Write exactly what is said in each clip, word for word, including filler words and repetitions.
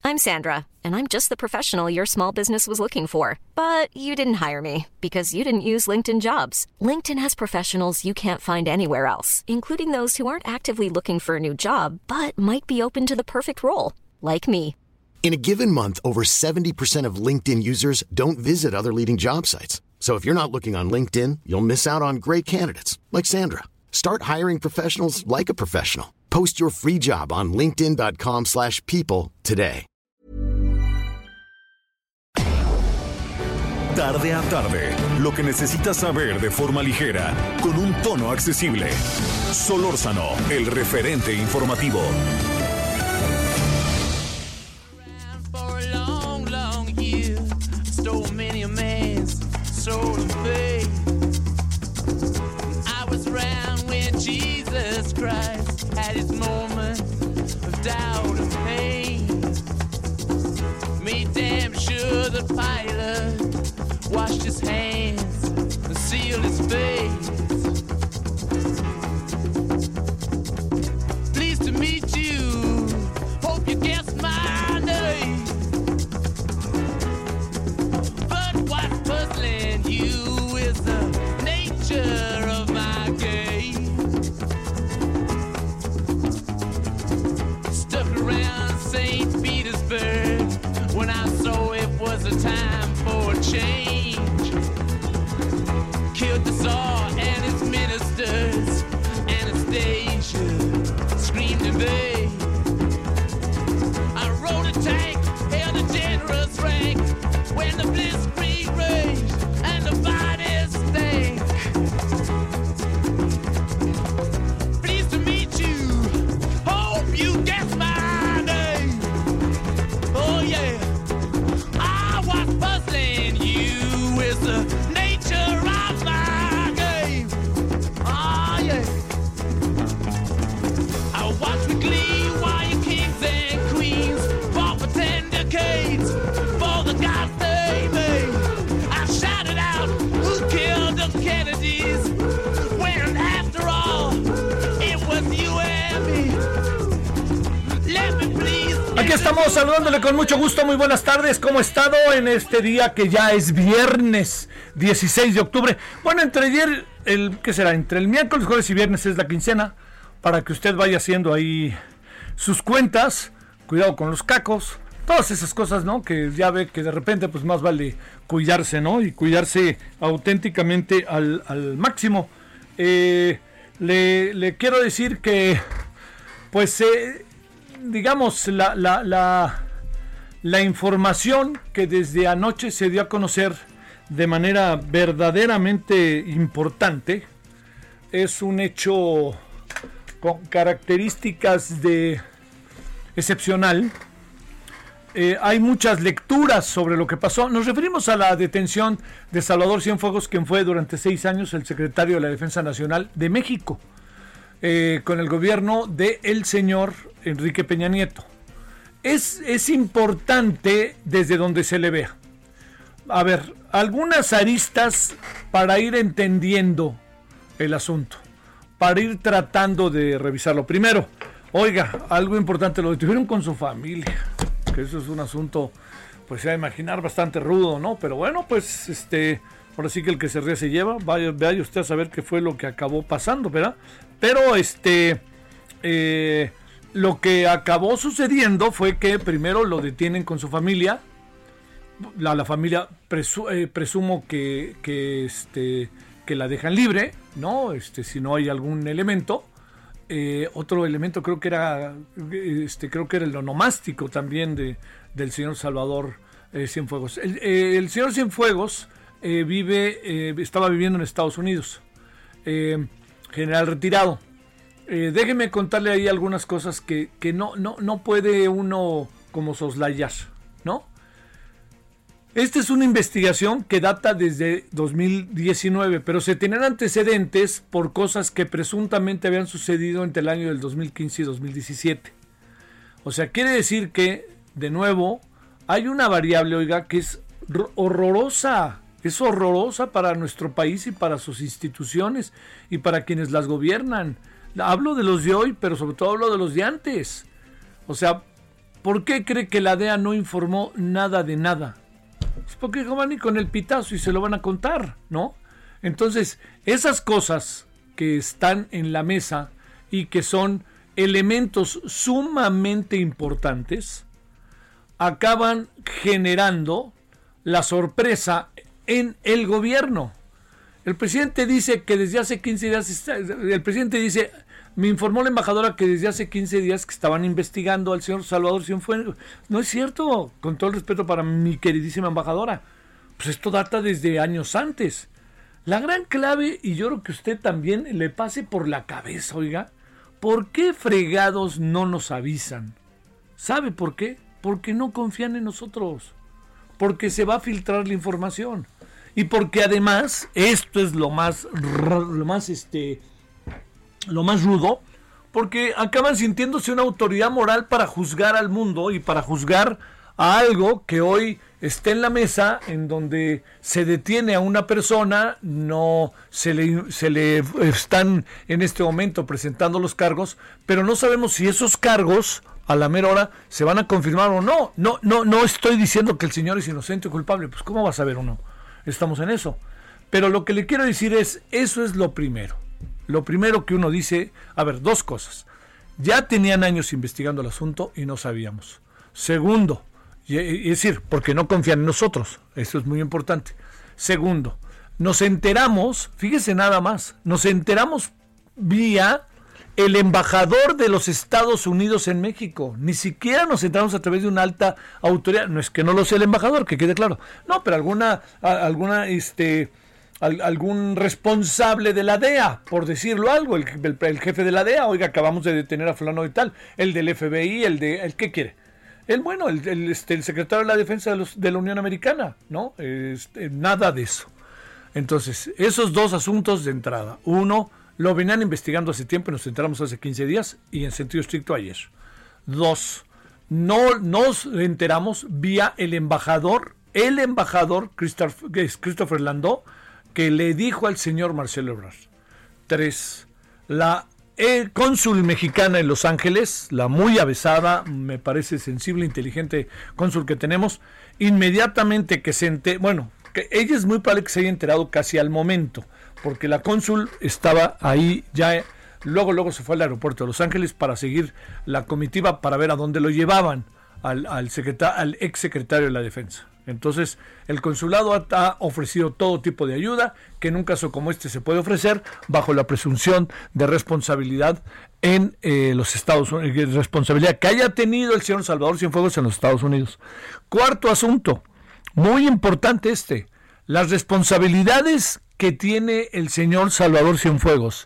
I'm Sandra, and I'm just the professional your small business was looking for. But you didn't hire me because you didn't use LinkedIn Jobs. LinkedIn has professionals you can't find anywhere else, including those who aren't actively looking for a new job, but might be open to the perfect role, like me. In a given month, over seventy percent of LinkedIn users don't visit other leading job sites. So if you're not looking on LinkedIn, you'll miss out on great candidates like Sandra. Start hiring professionals like a professional. Post your free job on linkedin dot com slash people today. Tarde a tarde, lo que necesitas saber de forma ligera, con un tono accesible. Solórzano, el referente informativo. Jesus Christ had his moment of doubt and pain. Made damn sure the pilot washed his hands and sealed his face. Pleased to meet you, hope you guessed my name. But what's puzzling you is the nature of my game. Saint Petersburg, when I saw it was a time for a change. Killed the Tsar and his ministers, Anastasia screamed in vain. I rode a tank, held a generous rank, when the blitzkrieg raged and the bodies stank. Pleased to meet you, hope you guessed my the nature of my game. Oh yeah. I watch with glee while your kings and queens fought for ten decades for the gods they made. I shouted out, who killed the Kennedys? When after all, it was you and me. Let me please. Aquí estamos saludándole con mucho gusto, muy buenas tardes, ¿cómo ha estado en este día que ya es viernes dieciséis de octubre? Bueno, entre ayer, el, ¿qué será? Entre el miércoles, jueves y viernes es la quincena, para que usted vaya haciendo ahí sus cuentas, cuidado con los cacos, todas esas cosas, ¿no? Que ya ve que de repente pues más vale cuidarse, ¿no? Y cuidarse auténticamente al, al máximo. Eh, le, le quiero decir que, pues... Eh, digamos, la, la, la, la información que desde anoche se dio a conocer de manera verdaderamente importante es un hecho con características de excepcional. Eh, hay muchas lecturas sobre lo que pasó. Nos referimos a la detención de Salvador Cienfuegos, quien fue durante seis años el secretario de la Defensa Nacional de México, eh, con el gobierno de el señor Enrique Peña Nieto. Es, es importante desde donde se le vea. A ver, algunas aristas para ir entendiendo el asunto, para ir tratando de revisarlo. Primero, oiga, algo importante, lo detuvieron con su familia, que eso es un asunto, pues se va a imaginar bastante rudo, ¿no? Pero bueno, pues este, ahora sí que el que se ríe se lleva. Vaya, vaya usted a saber qué fue lo que acabó pasando, ¿verdad? Pero este, eh, lo que acabó sucediendo fue que primero lo detienen con su familia. La, la familia presu, eh, presumo que, que, este, que la dejan libre, ¿no? Este, si no hay algún elemento. Eh, otro elemento creo que era, este, creo que era el onomástico también de, del señor Salvador eh, Cienfuegos. El, eh, el señor Cienfuegos eh, vive, eh, estaba viviendo en Estados Unidos, eh, general retirado. Eh, déjeme contarle ahí algunas cosas que, que no, no, no puede uno como soslayar, ¿no? Esta es una investigación que data desde dos mil diecinueve, pero se tenían antecedentes por cosas que presuntamente habían sucedido entre el año del dos mil quince y dos mil diecisiete. O sea, quiere decir que, de nuevo, hay una variable, oiga, que es horrorosa. Es horrorosa para nuestro país y para sus instituciones y para quienes las gobiernan. Hablo de los de hoy, pero sobre todo hablo de los de antes. O sea, ¿por qué cree que la D E A no informó nada de nada? Pues porque van a ir con el pitazo y se lo van a contar, ¿no? Entonces, esas cosas que están en la mesa y que son elementos sumamente importantes, acaban generando la sorpresa en el gobierno. El presidente dice que desde hace quince días, está, el presidente dice, me informó la embajadora que desde hace quince días que estaban investigando al señor Salvador Cienfuegos. No es cierto, con todo el respeto para mi queridísima embajadora. Pues esto data desde años antes. La gran clave, y yo creo que usted también le pase por la cabeza, oiga, ¿por qué fregados no nos avisan? ¿Sabe por qué? Porque no confían en nosotros. Porque se va a filtrar la información. Y porque además, esto es lo más, lo más, este, lo más rudo, porque acaban sintiéndose una autoridad moral para juzgar al mundo y para juzgar a algo que hoy está en la mesa, en donde se detiene a una persona, no se le, se le están en este momento presentando los cargos, pero no sabemos si esos cargos a la mera hora se van a confirmar o no. No, no, no estoy diciendo que el señor es inocente o culpable, pues ¿cómo va a saber uno? Estamos en eso. Pero lo que le quiero decir es, eso es lo primero. Lo primero que uno dice, a ver, dos cosas. Ya tenían años investigando el asunto y no sabíamos. Segundo, y, y es decir, porque no confían en nosotros. Eso es muy importante. Segundo, nos enteramos, fíjese nada más, nos enteramos vía el embajador de los Estados Unidos en México. Ni siquiera nos enteramos a través de una alta autoridad. No es que no lo sea el embajador, que quede claro. No, pero alguna, alguna, este, algún responsable de la D E A, por decirlo algo, el, el, el jefe de la D E A, oiga, acabamos de detener a fulano y tal, el del F B I, el de, el ¿qué quiere? El bueno, el, el, este, el secretario de la Defensa de, los, de la Unión Americana, ¿no? Este, nada de eso. Entonces, esos dos asuntos de entrada. Uno, lo venían investigando hace tiempo y nos enteramos hace quince días y en sentido estricto ayer. Dos, no nos enteramos vía el embajador, el embajador Christopher, Christopher Landó, que le dijo al señor Marcelo Ebrard. Tres, la eh, cónsul mexicana en Los Ángeles, la muy avesada, me parece sensible, inteligente cónsul que tenemos, inmediatamente que se enteró, bueno, que ella es muy probable que se haya enterado casi al momento, porque la cónsul estaba ahí ya, luego luego se fue al aeropuerto de Los Ángeles para seguir la comitiva para ver a dónde lo llevaban al, al, secretario, al ex secretario de la Defensa. Entonces, el consulado ha, ha ofrecido todo tipo de ayuda que en un caso como este se puede ofrecer bajo la presunción de responsabilidad en eh, los Estados Unidos, responsabilidad que haya tenido el señor Salvador Cienfuegos en los Estados Unidos. Cuarto asunto, muy importante este, las responsabilidades que tiene el señor Salvador Cienfuegos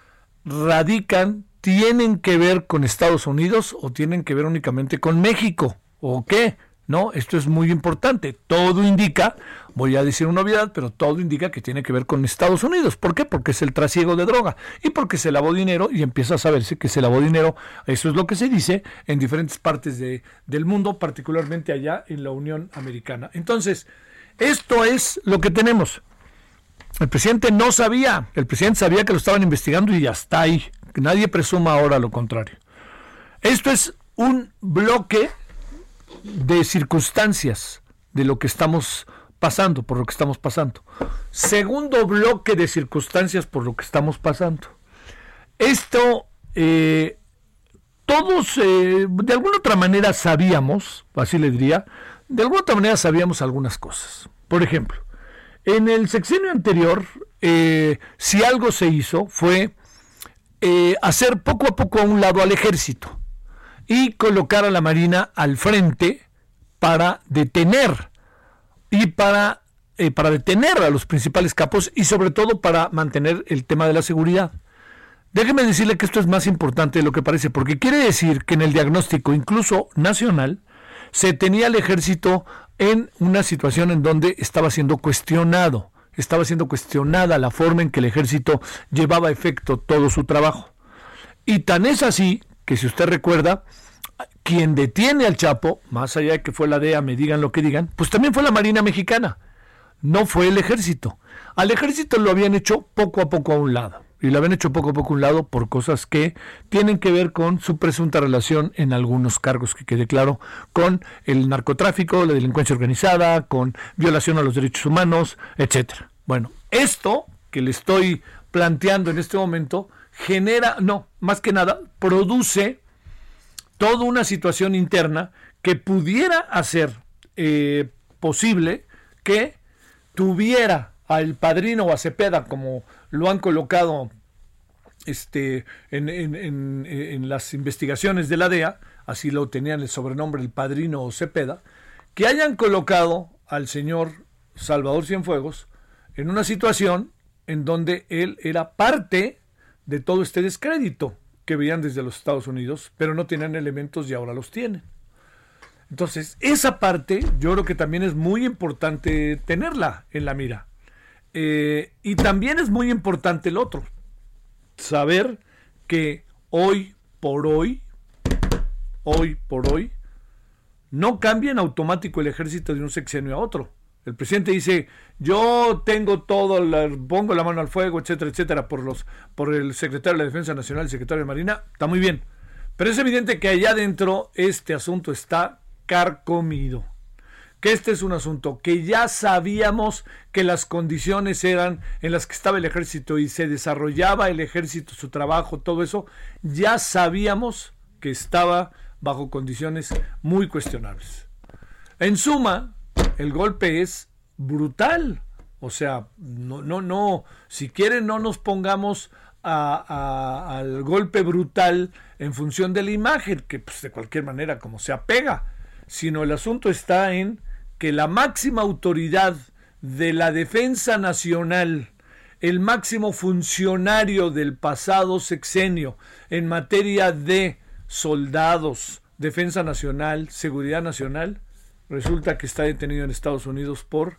radican, tienen que ver con Estados Unidos o tienen que ver únicamente con México, ¿o qué? No, esto es muy importante. Todo indica, voy a decir una obviedad, pero todo indica que tiene que ver con Estados Unidos. ¿Por qué? Porque es el trasiego de droga y porque se lavó dinero y empieza a saberse que se lavó dinero. Eso es lo que se dice en diferentes partes de, del mundo, particularmente allá en la Unión Americana. Entonces, esto es lo que tenemos. El presidente no sabía, el presidente sabía que lo estaban investigando y ya está ahí. Que nadie presuma ahora lo contrario. Esto es un bloque de circunstancias de lo que estamos pasando, por lo que estamos pasando. Segundo bloque de circunstancias por lo que estamos pasando. Esto, eh, todos eh, de alguna otra manera sabíamos, así le diría, de alguna otra manera sabíamos algunas cosas. Por ejemplo, en el sexenio anterior, eh, si algo se hizo fue eh, hacer poco a poco a un lado al ejército y colocar a la Marina al frente para detener y para, eh, para detener a los principales capos y sobre todo para mantener el tema de la seguridad. Déjeme decirle que esto es más importante de lo que parece, porque quiere decir que en el diagnóstico, incluso nacional, se tenía al ejército en una situación en donde estaba siendo cuestionado, estaba siendo cuestionada la forma en que el ejército llevaba a efecto todo su trabajo. Y tan es así que, si usted recuerda, quien detiene al Chapo, más allá de que fue la D E A, me digan lo que digan, pues también fue la Marina Mexicana, no fue el ejército. Al ejército lo habían hecho poco a poco a un lado. y la habían hecho poco a poco a un lado por cosas que tienen que ver con su presunta relación en algunos cargos, que quede claro, con el narcotráfico, la delincuencia organizada, con violación a los derechos humanos, etcétera. Bueno, esto que le estoy planteando en este momento genera, no, más que nada, produce toda una situación interna que pudiera hacer eh, posible que tuviera al padrino o a Cepeda, como lo han colocado este, en, en, en, en las investigaciones de la D E A, así lo tenían el sobrenombre el padrino o Cepeda, que hayan colocado al señor Salvador Cienfuegos en una situación en donde él era parte de todo este descrédito que veían desde los Estados Unidos, pero no tenían elementos y ahora los tienen. Entonces, esa parte yo creo que también es muy importante tenerla en la mira. Eh, y también es muy importante el otro, saber que hoy por hoy, hoy por hoy, no cambia en automático el ejército de un sexenio a otro. El presidente dice, yo tengo todo, la, pongo la mano al fuego, etcétera, etcétera, por los, por el secretario de la Defensa Nacional, el secretario de Marina, está muy bien. Pero es evidente que allá adentro este asunto está carcomido. Que este es un asunto que ya sabíamos que las condiciones eran en las que estaba el ejército y se desarrollaba el ejército, su trabajo, todo eso, ya sabíamos que estaba bajo condiciones muy cuestionables. En suma, el golpe es brutal. O sea, no, no, no, si quieren no nos pongamos a, a, al golpe brutal en función de la imagen, que pues de cualquier manera como se apega, sino el asunto está en que la máxima autoridad de la defensa nacional, el máximo funcionario del pasado sexenio en materia de soldados, defensa nacional, seguridad nacional, resulta que está detenido en Estados Unidos por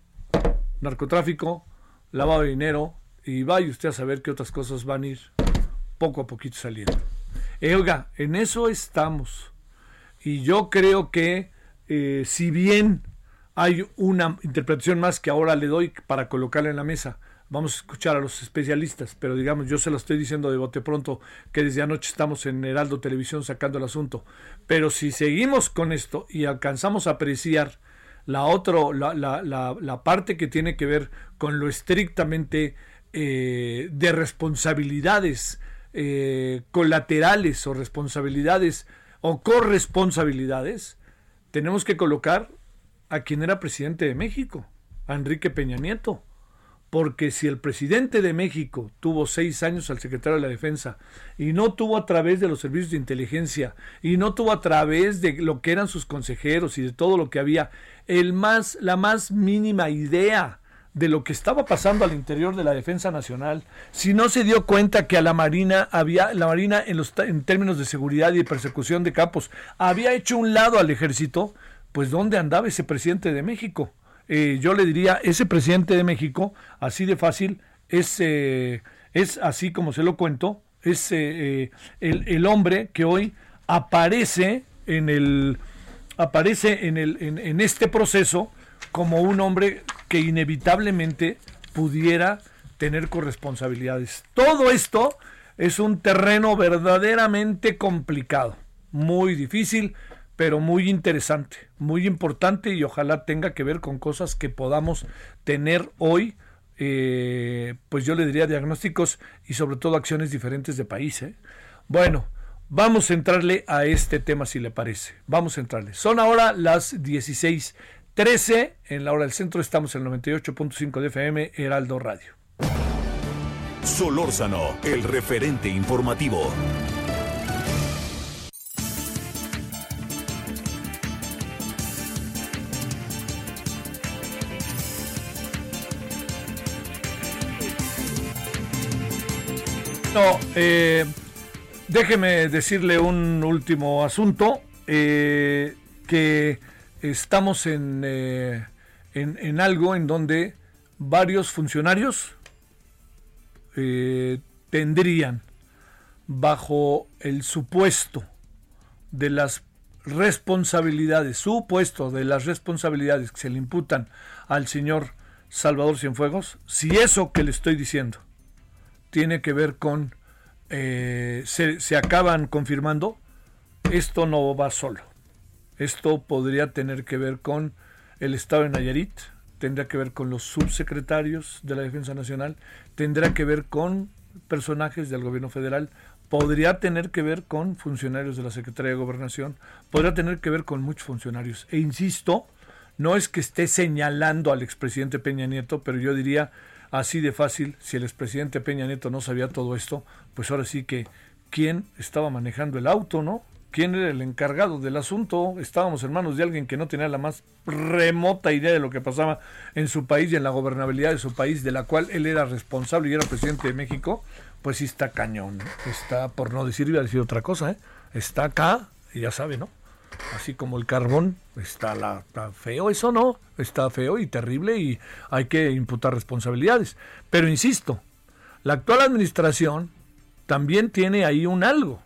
narcotráfico, lavado de dinero, y vaya usted a saber qué otras cosas van a ir poco a poquito saliendo. Eh, oiga, en eso estamos. Y yo creo que eh, si bien hay una interpretación más que ahora le doy para colocarla en la mesa, vamos a escuchar a los especialistas, pero digamos, yo se lo estoy diciendo de bote pronto, que desde anoche estamos en Heraldo Televisión sacando el asunto, pero si seguimos con esto y alcanzamos a apreciar la, otro, la, la, la, la parte que tiene que ver con lo estrictamente eh, de responsabilidades eh, colaterales o responsabilidades o corresponsabilidades, tenemos que colocar a quien era presidente de México, a Enrique Peña Nieto. Porque si el presidente de México tuvo seis años al secretario de la Defensa y no tuvo a través de los servicios de inteligencia y no tuvo a través de lo que eran sus consejeros y de todo lo que había, el más, la más mínima idea de lo que estaba pasando al interior de la Defensa Nacional, si no se dio cuenta que a la Marina había, la Marina en, los, en términos de seguridad y de persecución de capos, había hecho un lado al ejército, pues ¿dónde andaba ese presidente de México? Eh, yo le diría, ese presidente de México, así de fácil, es, eh, es así como se lo cuento, es eh, eh, el, el hombre que hoy aparece en el aparece en el en, en este proceso como un hombre que inevitablemente pudiera tener corresponsabilidades. Todo esto es un terreno verdaderamente complicado, muy difícil, pero muy interesante, muy importante, y ojalá tenga que ver con cosas que podamos tener hoy, eh, pues yo le diría diagnósticos y sobre todo acciones diferentes de país, ¿eh? Bueno, vamos a entrarle a este tema si le parece, vamos a entrarle. Son ahora las dieciséis trece, en la hora del centro, estamos en el noventa y ocho punto cinco de F M, Heraldo Radio. Solórzano, el referente informativo. No, eh, déjeme decirle un último asunto, eh, que estamos en, eh, en, en algo en donde varios funcionarios eh, tendrían, bajo el supuesto de las responsabilidades, supuesto de las responsabilidades que se le imputan al señor Salvador Cienfuegos, si eso que le estoy diciendo tiene que ver con, eh, se, se acaban confirmando, esto no va solo. Esto podría tener que ver con el estado de Nayarit, tendrá que ver con los subsecretarios de la Defensa Nacional, tendrá que ver con personajes del gobierno federal, podría tener que ver con funcionarios de la Secretaría de Gobernación, podría tener que ver con muchos funcionarios. E insisto, no es que esté señalando al expresidente Peña Nieto, pero yo diría así de fácil, si el expresidente Peña Nieto no sabía todo esto, pues ahora sí que, ¿quién estaba manejando el auto, no? ¿Quién era el encargado del asunto? Estábamos en manos de alguien que no tenía la más remota idea de lo que pasaba en su país y en la gobernabilidad de su país, de la cual él era responsable y era presidente de México. Pues sí está cañón, ¿no? Está, por no decir, iba a decir otra cosa, ¿eh? Está acá, y ya sabe, ¿no? Así como el carbón, está, la, está feo eso, ¿no? Está feo y terrible y hay que imputar responsabilidades. Pero insisto, la actual administración también tiene ahí un algo.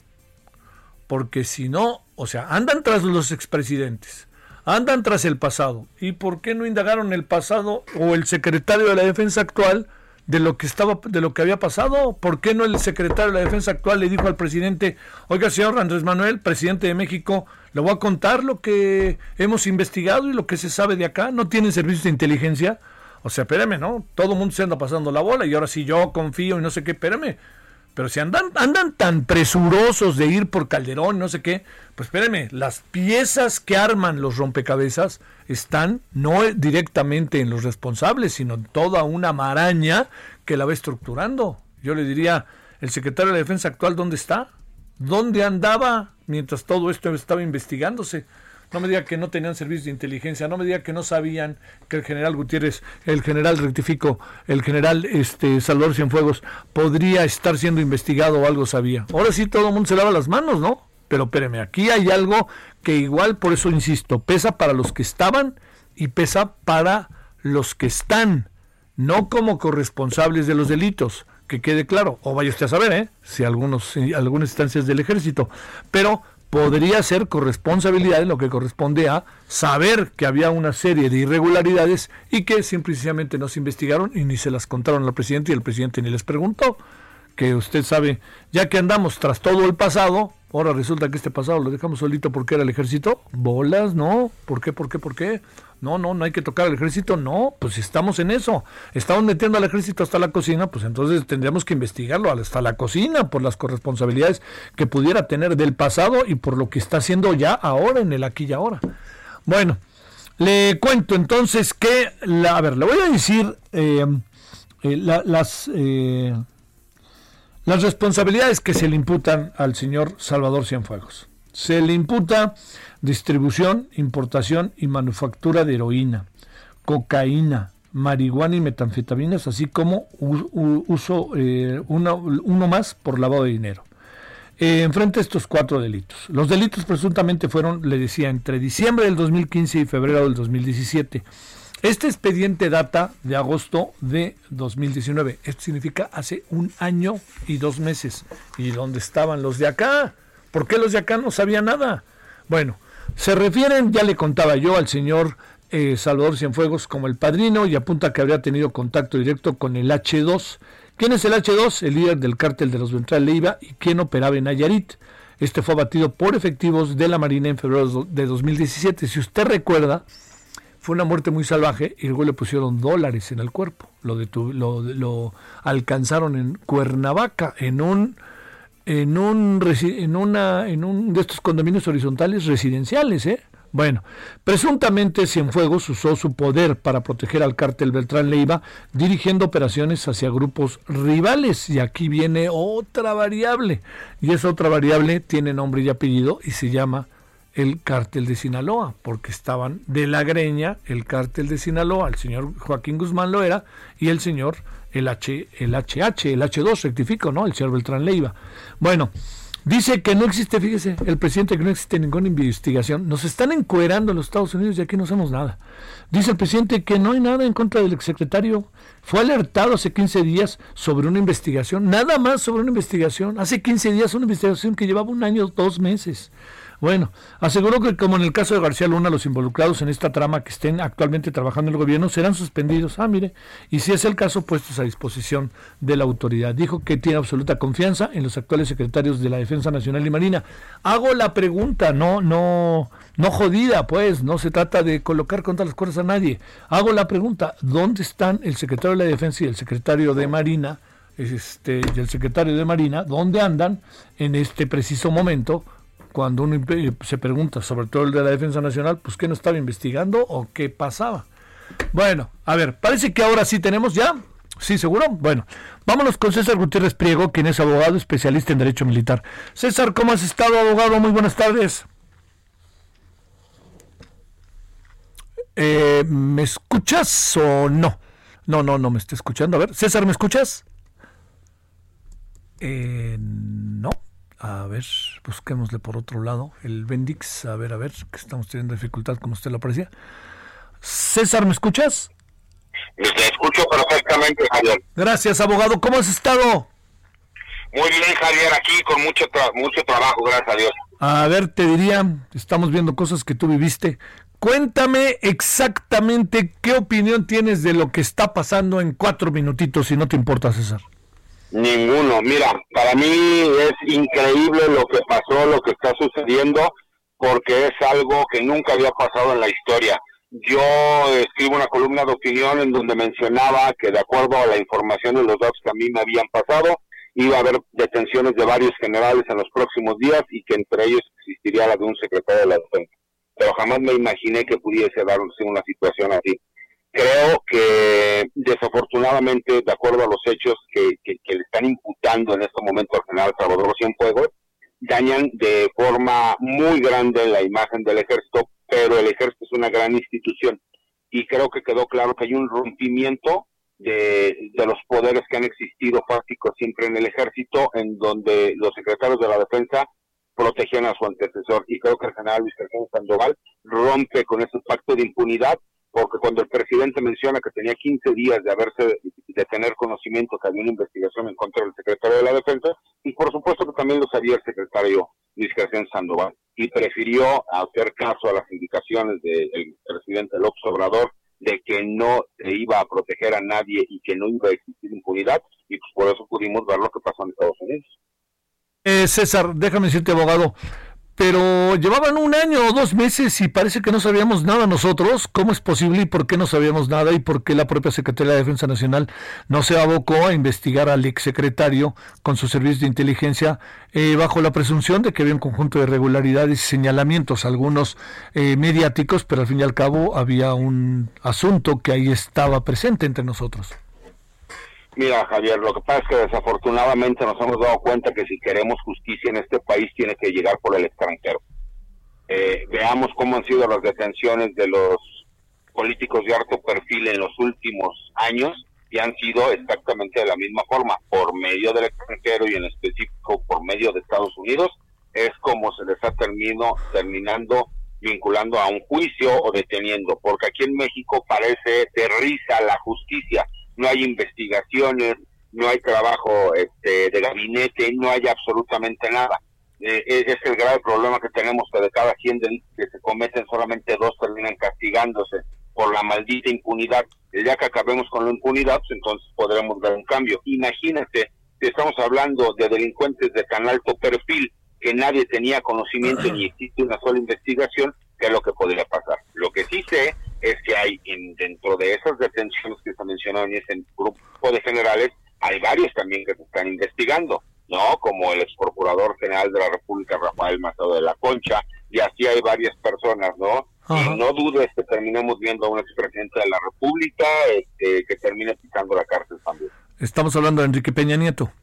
Porque si no, o sea, andan tras los expresidentes, andan tras el pasado. ¿Y por qué no indagaron el pasado o el secretario de la Defensa actual de lo que estaba, de lo que había pasado? ¿Por qué no el secretario de la Defensa actual le dijo al presidente, oiga, señor Andrés Manuel, presidente de México, le voy a contar lo que hemos investigado y lo que se sabe de acá? ¿No tienen servicios de inteligencia? O sea, espérame, ¿no? Todo el mundo se anda pasando la bola y ahora sí yo confío y no sé qué, espérame. Pero si andan, andan tan presurosos de ir por Calderón, no sé qué, pues espérenme, las piezas que arman los rompecabezas están no directamente en los responsables, sino en toda una maraña que la va estructurando. Yo le diría, el secretario de la Defensa actual, ¿dónde está? ¿Dónde andaba mientras todo esto estaba investigándose? No me diga que no tenían servicios de inteligencia, no me diga que no sabían que el general Gutiérrez, el general rectifico, el general este Salvador Cienfuegos podría estar siendo investigado o algo sabía. Ahora sí todo el mundo se lava las manos, ¿no? Pero espéreme, aquí hay algo que igual, por eso insisto, pesa para los que estaban y pesa para los que están, no como corresponsables de los delitos, que quede claro, o vaya usted a saber, ¿eh? Si algunos, si algunas instancias del ejército, pero podría ser corresponsabilidad en lo que corresponde a saber que había una serie de irregularidades y que simplemente no se investigaron y ni se las contaron al presidente y el presidente ni les preguntó. Que usted sabe, ya que andamos tras todo el pasado, ahora resulta que este pasado lo dejamos solito porque era el ejército. Bolas, ¿no? ¿Por qué, por qué, por qué? No, no, no hay que tocar al ejército. No, pues estamos en eso. Estamos metiendo al ejército hasta la cocina, pues entonces tendríamos que investigarlo hasta la cocina por las corresponsabilidades que pudiera tener del pasado y por lo que está haciendo ya ahora, en el aquí y ahora. Bueno, le cuento entonces que, la, a ver, le voy a decir eh, eh, la, las... Eh, Las responsabilidades que se le imputan al señor Salvador Cienfuegos. Se le imputa distribución, importación y manufactura de heroína, cocaína, marihuana y metanfetaminas, así como uso eh, uno, uno más por lavado de dinero. Eh, enfrente a estos cuatro delitos. Los delitos presuntamente fueron, le decía, entre diciembre del dos mil quince y febrero del dos mil diecisiete. Este expediente data de agosto de dos mil diecinueve. Esto significa hace un año y dos meses. ¿Y dónde estaban los de acá? ¿Por qué los de acá no sabían nada? Bueno, se refieren, ya le contaba yo, al señor eh, Salvador Cienfuegos como el padrino y apunta que habría tenido contacto directo con el hache dos. ¿Quién es el hache dos? El líder del cártel de los Beltrán Leiva y quien operaba en Nayarit. Este fue abatido por efectivos de la Marina en febrero de dos mil diecisiete. Si usted recuerda, fue una muerte muy salvaje y luego le pusieron dólares en el cuerpo. Lo, detu- lo, lo alcanzaron en Cuernavaca, en un en un en una en un de estos condominios horizontales residenciales, ¿eh? Bueno, presuntamente Cienfuegos usó su poder para proteger al cártel Beltrán Leiva, dirigiendo operaciones hacia grupos rivales. Y aquí viene otra variable, y esa otra variable tiene nombre y apellido y se llama el cártel de Sinaloa, porque estaban de la greña el cártel de Sinaloa, el señor Joaquín Guzmán Loera y el señor, el H, el H H, el hache dos, rectifico, ¿no? El señor Beltrán Leiva. Bueno, dice que no existe, fíjese, el presidente, que no existe ninguna investigación. Nos están encuerando en los Estados Unidos y aquí no hacemos nada. Dice el presidente que no hay nada en contra del exsecretario. Fue alertado hace quince días sobre una investigación, nada más sobre una investigación. Hace quince días una investigación que llevaba un año, dos meses. Bueno, aseguró que como en el caso de García Luna, los involucrados en esta trama que estén actualmente trabajando en el gobierno serán suspendidos. Ah, mire, y si es el caso, puestos a disposición de la autoridad. Dijo que tiene absoluta confianza en los actuales secretarios de la Defensa Nacional y Marina. Hago la pregunta, no, no, no jodida, pues, no se trata de colocar contra las cuerdas a nadie. Hago la pregunta, ¿dónde están el secretario de la Defensa y el secretario de Marina, este, y el secretario de Marina, dónde andan en este preciso momento? Cuando uno se pregunta, sobre todo el de la Defensa Nacional, pues ¿qué no estaba investigando o qué pasaba? Bueno, a ver, parece que ahora sí tenemos ya, sí, seguro. Bueno, vámonos con César Gutiérrez Priego, quien es abogado especialista en Derecho Militar. César, ¿cómo has estado, abogado? Muy buenas tardes. Eh, ¿Me escuchas o no? No, no, no me está escuchando. A ver, César, ¿me escuchas? Eh, no. A ver, busquémosle por otro lado. El Bendix, a ver, a ver, que estamos teniendo dificultad, como usted lo aprecia. César, ¿me escuchas? Te escucho perfectamente, Javier. Gracias, abogado. ¿Cómo has estado? Muy bien, Javier, aquí con mucho tra- mucho trabajo, gracias a Dios. A ver, te diría, estamos viendo cosas que tú viviste. Cuéntame exactamente qué opinión tienes de lo que está pasando en cuatro minutitos, si no te importa, César. Ninguno. Mira, para mí es increíble lo que pasó, lo que está sucediendo, porque es algo que nunca había pasado en la historia. Yo escribo una columna de opinión en donde mencionaba que de acuerdo a la información de los datos que a mí me habían pasado, iba a haber detenciones de varios generales en los próximos días y que entre ellos existiría la de un secretario de la Defensa. Pero jamás me imaginé que pudiese darse una situación así. Creo que desafortunadamente, de acuerdo a los hechos que, que, que le están imputando en este momento al general Salvador Cienfuegos, dañan de forma muy grande la imagen del ejército, pero el ejército es una gran institución y creo que quedó claro que hay un rompimiento de, de los poderes que han existido fácticos siempre en el ejército, en donde los secretarios de la defensa protegían a su antecesor, y creo que el general Luis Crescencio Sandoval rompe con ese pacto de impunidad, porque cuando el presidente menciona que tenía quince días de haberse de tener conocimiento que había una investigación en contra del secretario de la Defensa, y por supuesto que también lo sabía el secretario Luis Crescencio Sandoval, y prefirió hacer caso a las indicaciones del presidente López Obrador de que no se iba a proteger a nadie y que no iba a existir impunidad, y pues por eso pudimos ver lo que pasó en Estados Unidos. Eh, César, déjame decirte, abogado, pero llevaban un año o dos meses y parece que no sabíamos nada nosotros. ¿Cómo es posible y por qué no sabíamos nada y por qué la propia Secretaría de Defensa Nacional no se abocó a investigar al exsecretario con sus servicios de inteligencia eh, bajo la presunción de que había un conjunto de irregularidades y señalamientos, algunos eh, mediáticos, pero al fin y al cabo había un asunto que ahí estaba presente entre nosotros? Mira, Javier, lo que pasa es que desafortunadamente nos hemos dado cuenta que si queremos justicia en este país tiene que llegar por el extranjero. Eh, veamos cómo han sido las detenciones de los políticos de alto perfil en los últimos años y han sido exactamente de la misma forma, por medio del extranjero y en específico por medio de Estados Unidos, es como se les ha terminado, terminando vinculando a un juicio o deteniendo, porque aquí en México parece de risa la justicia. No hay investigaciones, no hay trabajo este, de gabinete, no hay absolutamente nada. Eh, es el grave problema que tenemos, que de cada cien delitos que se cometen, solamente dos terminan castigándose por la maldita impunidad. El día que acabemos con la impunidad, pues entonces podremos ver un cambio. Imagínate, si estamos hablando de delincuentes de tan alto perfil, que nadie tenía conocimiento ni existe una sola investigación, ¿qué es lo que podría pasar? Lo que sí sé es que hay en, dentro de esas detenciones que se mencionaron en ese grupo de generales, hay varios también que se están investigando, ¿no? Como el ex procurador general de la República, Rafael Mateo de la Concha, y así hay varias personas, ¿no? Ajá. Y no dudes que terminemos viendo a un expresidente de la República este, que termine pisando la cárcel también. Estamos hablando de Enrique Peña Nieto.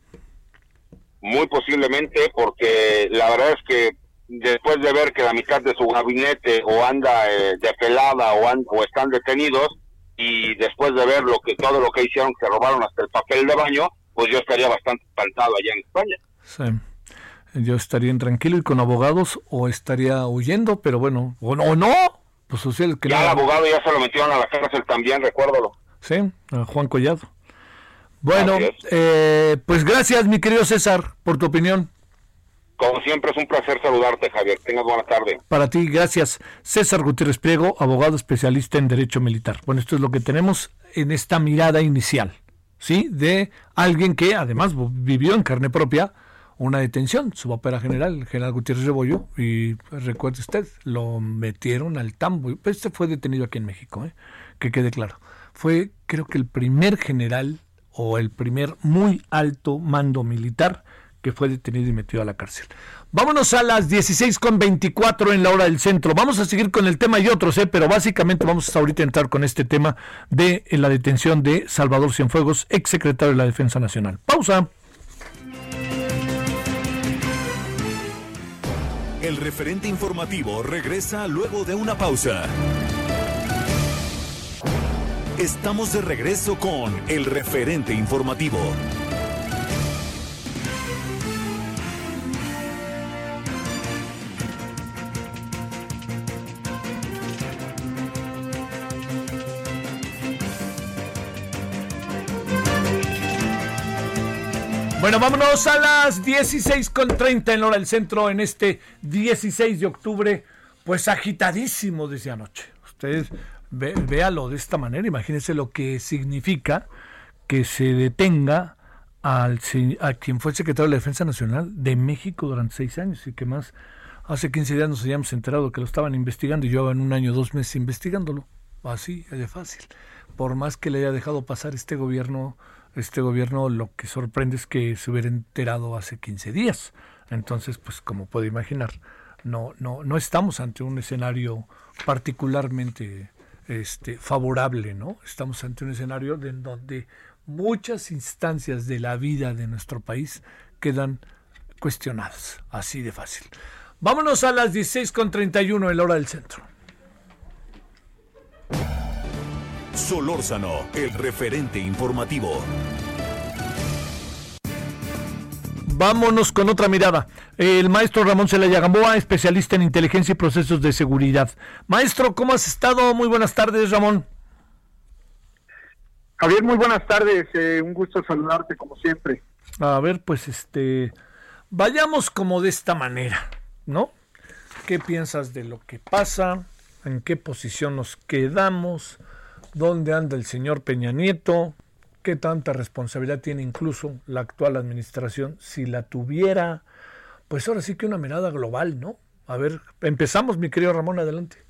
Muy posiblemente, porque la verdad es que después de ver que la mitad de su gabinete o anda eh, de pelada o, and, o están detenidos, y después de ver lo que todo lo que hicieron, que robaron hasta el papel de baño, pues yo estaría bastante espantado allá en España. Sí, yo estaría intranquilo y con abogados, o estaría huyendo, pero bueno, o no, o no pues o sea, el que ya no... el abogado ya se lo metieron a la cárcel también, recuérdalo. Sí, a Juan Collado. Bueno, eh, pues gracias, mi querido César, por tu opinión. Como siempre es un placer saludarte, Javier. Tengas buena tarde. Para ti, gracias. César Gutiérrez Priego, abogado especialista en Derecho Militar. Bueno, esto es lo que tenemos en esta mirada inicial, ¿sí? De alguien que además vivió en carne propia una detención. Su papá era general, el general Gutiérrez Rebollo, y pues, recuerde usted, lo metieron al tambo. Este fue detenido aquí en México, ¿eh? Que quede claro. Fue, creo que el primer general o el primer muy alto mando militar que fue detenido y metido a la cárcel. Vámonos a las dieciséis con veinticuatro en la hora del centro. Vamos a seguir con el tema y otros, ¿eh? Pero básicamente vamos a ahorita entrar con este tema de eh, la detención de Salvador Cienfuegos, exsecretario de la Defensa Nacional. Pausa. El referente informativo regresa luego de una pausa. Estamos de regreso con el referente informativo. Bueno, vámonos a las dieciséis con treinta en la hora del centro, en este dieciséis de octubre, pues agitadísimo desde anoche. Ustedes ve, véalo de esta manera, imagínense lo que significa que se detenga al, a quien fue el secretario de la Defensa Nacional de México durante seis años y que más hace quince días nos habíamos enterado que lo estaban investigando y llevaban un año, dos meses investigándolo. Así, es de fácil. Por más que le haya dejado pasar este gobierno... Este gobierno, lo que sorprende es que se hubiera enterado hace quince días. Entonces, pues como puede imaginar, no no no estamos ante un escenario particularmente este favorable, ¿no? Estamos ante un escenario de, en donde muchas instancias de la vida de nuestro país quedan cuestionadas, así de fácil. Vámonos a las dieciséis con treinta y uno en la hora del centro. Solórzano, el referente informativo. Vámonos con otra mirada. El maestro Ramón Celaya Gamboa, especialista en inteligencia y procesos de seguridad. Maestro, ¿cómo has estado? Muy buenas tardes, Ramón. Javier, muy buenas tardes. Eh, un gusto saludarte como siempre. A ver, pues este, vayamos como de esta manera, ¿no? ¿Qué piensas de lo que pasa? ¿En qué posición nos quedamos? ¿Dónde anda el señor Peña Nieto? ¿Qué tanta responsabilidad tiene incluso la actual administración? Si la tuviera, pues ahora sí que una mirada global, ¿no? A ver, empezamos, mi querido Ramón, adelante.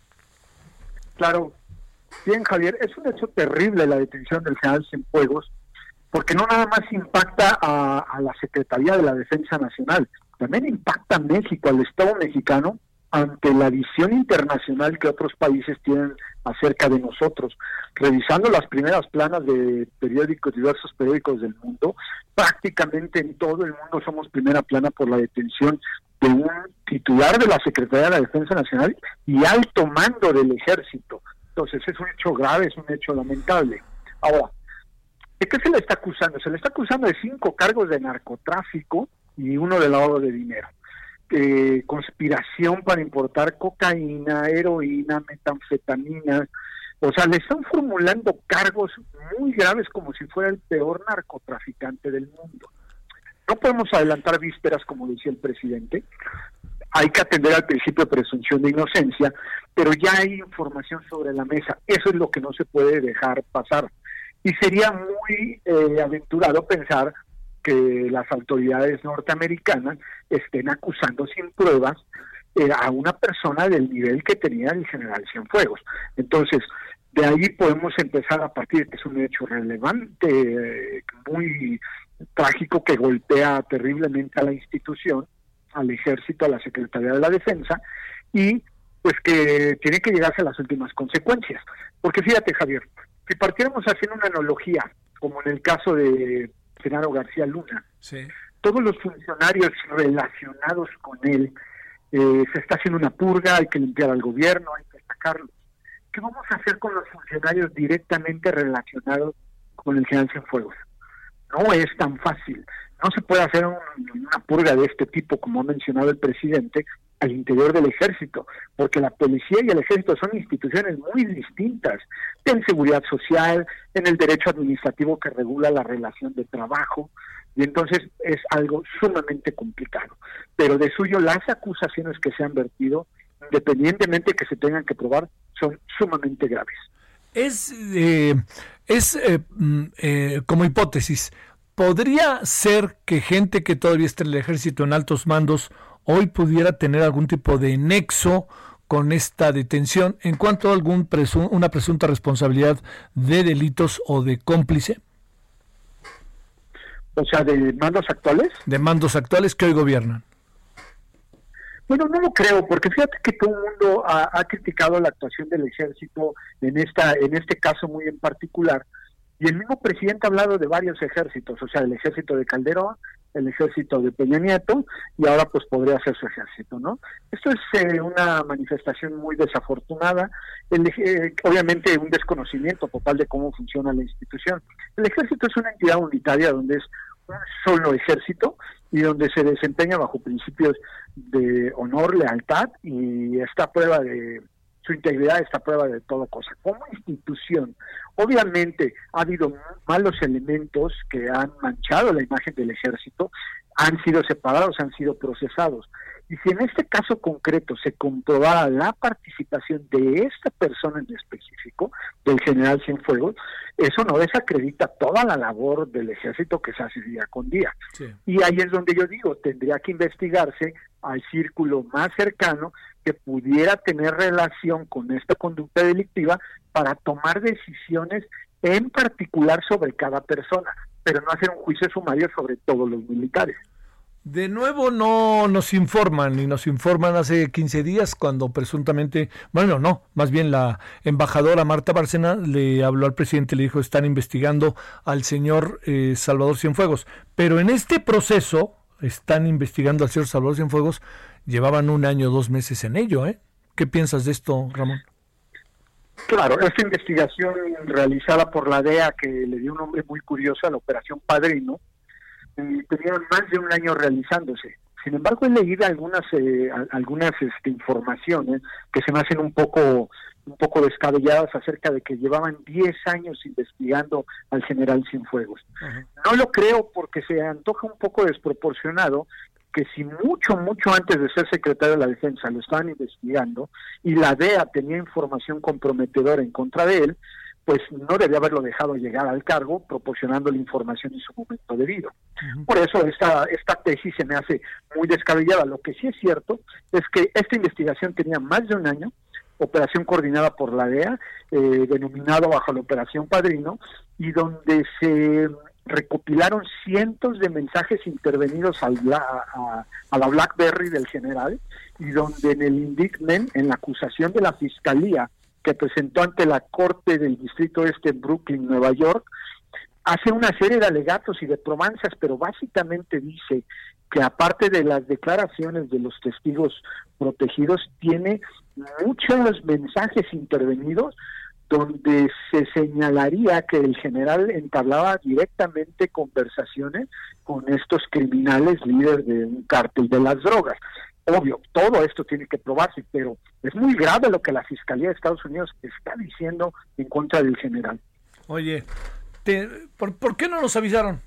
Claro. Bien, Javier, es un hecho terrible la detención del general Cienfuegos, porque no nada más impacta a, a la Secretaría de la Defensa Nacional, también impacta a México, al Estado mexicano, ante la visión internacional que otros países tienen acerca de nosotros. Revisando las primeras planas de periódicos, diversos periódicos del mundo, prácticamente en todo el mundo somos primera plana por la detención de un titular de la Secretaría de la Defensa Nacional y alto mando del Ejército. Entonces es un hecho grave, es un hecho lamentable. Ahora, ¿de qué se le está acusando? Se le está acusando de cinco cargos de narcotráfico y uno de lavado de dinero. Eh, conspiración para importar cocaína, heroína, metanfetamina. O sea, le están formulando cargos muy graves como si fuera el peor narcotraficante del mundo. No podemos adelantar vísperas, como decía el presidente. Hay que atender al principio de presunción de inocencia, pero ya hay información sobre la mesa. Eso es lo que no se puede dejar pasar. Y sería muy eh, aventurado pensar que las autoridades norteamericanas estén acusando sin pruebas eh, a una persona del nivel que tenía el general Cienfuegos. Entonces, de ahí podemos empezar a partir de que es un hecho relevante, eh, muy trágico, que golpea terriblemente a la institución, al Ejército, a la Secretaría de la Defensa, y pues que tiene que llegarse a las últimas consecuencias. Porque fíjate, Javier, si partiéramos haciendo una analogía, como en el caso de Genaro García Luna, sí, todos los funcionarios relacionados con él, eh, se está haciendo una purga, hay que limpiar al gobierno, hay que sacarlos. ¿Qué vamos a hacer con los funcionarios directamente relacionados con el general Cienfuegos? No es tan fácil. No se puede hacer un, una purga de este tipo, como ha mencionado el presidente, al interior del ejército, porque la policía y el ejército son instituciones muy distintas, en seguridad social, en el derecho administrativo que regula la relación de trabajo, y entonces es algo sumamente complicado. Pero de suyo las acusaciones que se han vertido, independientemente que se tengan que probar, son sumamente graves. Es, eh, es eh, eh, como hipótesis, ¿podría ser que gente que todavía está en el ejército en altos mandos hoy pudiera tener algún tipo de nexo con esta detención en cuanto a algún presun- una presunta responsabilidad de delitos o de cómplice? O sea, ¿de mandos actuales? De mandos actuales que hoy gobiernan. Bueno, no lo creo, porque fíjate que todo el mundo ha, ha criticado la actuación del ejército en esta, en este caso muy en particular, y el mismo presidente ha hablado de varios ejércitos, o sea, el ejército de Calderón, el ejército de Peña Nieto, y ahora pues podría ser su ejército, ¿no? Esto es eh, una manifestación muy desafortunada, el, eh, obviamente un desconocimiento total de cómo funciona la institución. El ejército es una entidad unitaria donde es un solo ejército y donde se desempeña bajo principios de honor, lealtad, y esta prueba de su integridad, esta prueba de toda cosa. Como institución, obviamente ha habido malos elementos que han manchado la imagen del ejército, han sido separados, han sido procesados. Y si en este caso concreto se comprobara la participación de esta persona en específico, del general Cienfuegos, eso no desacredita toda la labor del ejército que se hace día con día. Sí. Y ahí es donde yo digo, tendría que investigarse al círculo más cercano que pudiera tener relación con esta conducta delictiva para tomar decisiones en particular sobre cada persona, pero no hacer un juicio sumario sobre todos los militares. De nuevo no nos informan, y nos informan hace quince días cuando presuntamente, bueno, no, más bien la embajadora Marta Bárcena le habló al presidente y le dijo, están investigando al señor eh, Salvador Cienfuegos, pero en este proceso están investigando al señor Salvador Cienfuegos, llevaban un año, dos meses en ello, ¿eh? ¿Qué piensas de esto, Ramón? Claro, esta investigación realizada por la D E A, que le dio un nombre muy curioso a la Operación Padrino, tenían más de un año realizándose. Sin embargo, he leído algunas eh, algunas este, informaciones que se me hacen un poco un poco descabelladas acerca de que llevaban diez años investigando al general Cienfuegos. Uh-huh. No lo creo porque se antoja un poco desproporcionado que si mucho, mucho antes de ser secretario de la Defensa lo estaban investigando y la D E A tenía información comprometedora en contra de él, pues no debía haberlo dejado llegar al cargo proporcionando la información en su momento debido. Uh-huh. Por eso esta esta tesis se me hace muy descabellada. Lo que sí es cierto es que esta investigación tenía más de un año, operación coordinada por la D E A, eh, denominado bajo la Operación Padrino, y donde se recopilaron cientos de mensajes intervenidos al, a, a la BlackBerry del general, y donde en el indictment, en la acusación de la Fiscalía, que presentó ante la Corte del Distrito Este en Brooklyn, Nueva York, hace una serie de alegatos y de probanzas, pero básicamente dice que aparte de las declaraciones de los testigos protegidos, tiene muchos mensajes intervenidos donde se señalaría que el general entablaba directamente conversaciones con estos criminales líderes de un cártel de las drogas. Obvio, todo esto tiene que probarse, pero es muy grave lo que la Fiscalía de Estados Unidos está diciendo en contra del general. Oye, te, ¿por, ¿por qué no nos avisaron?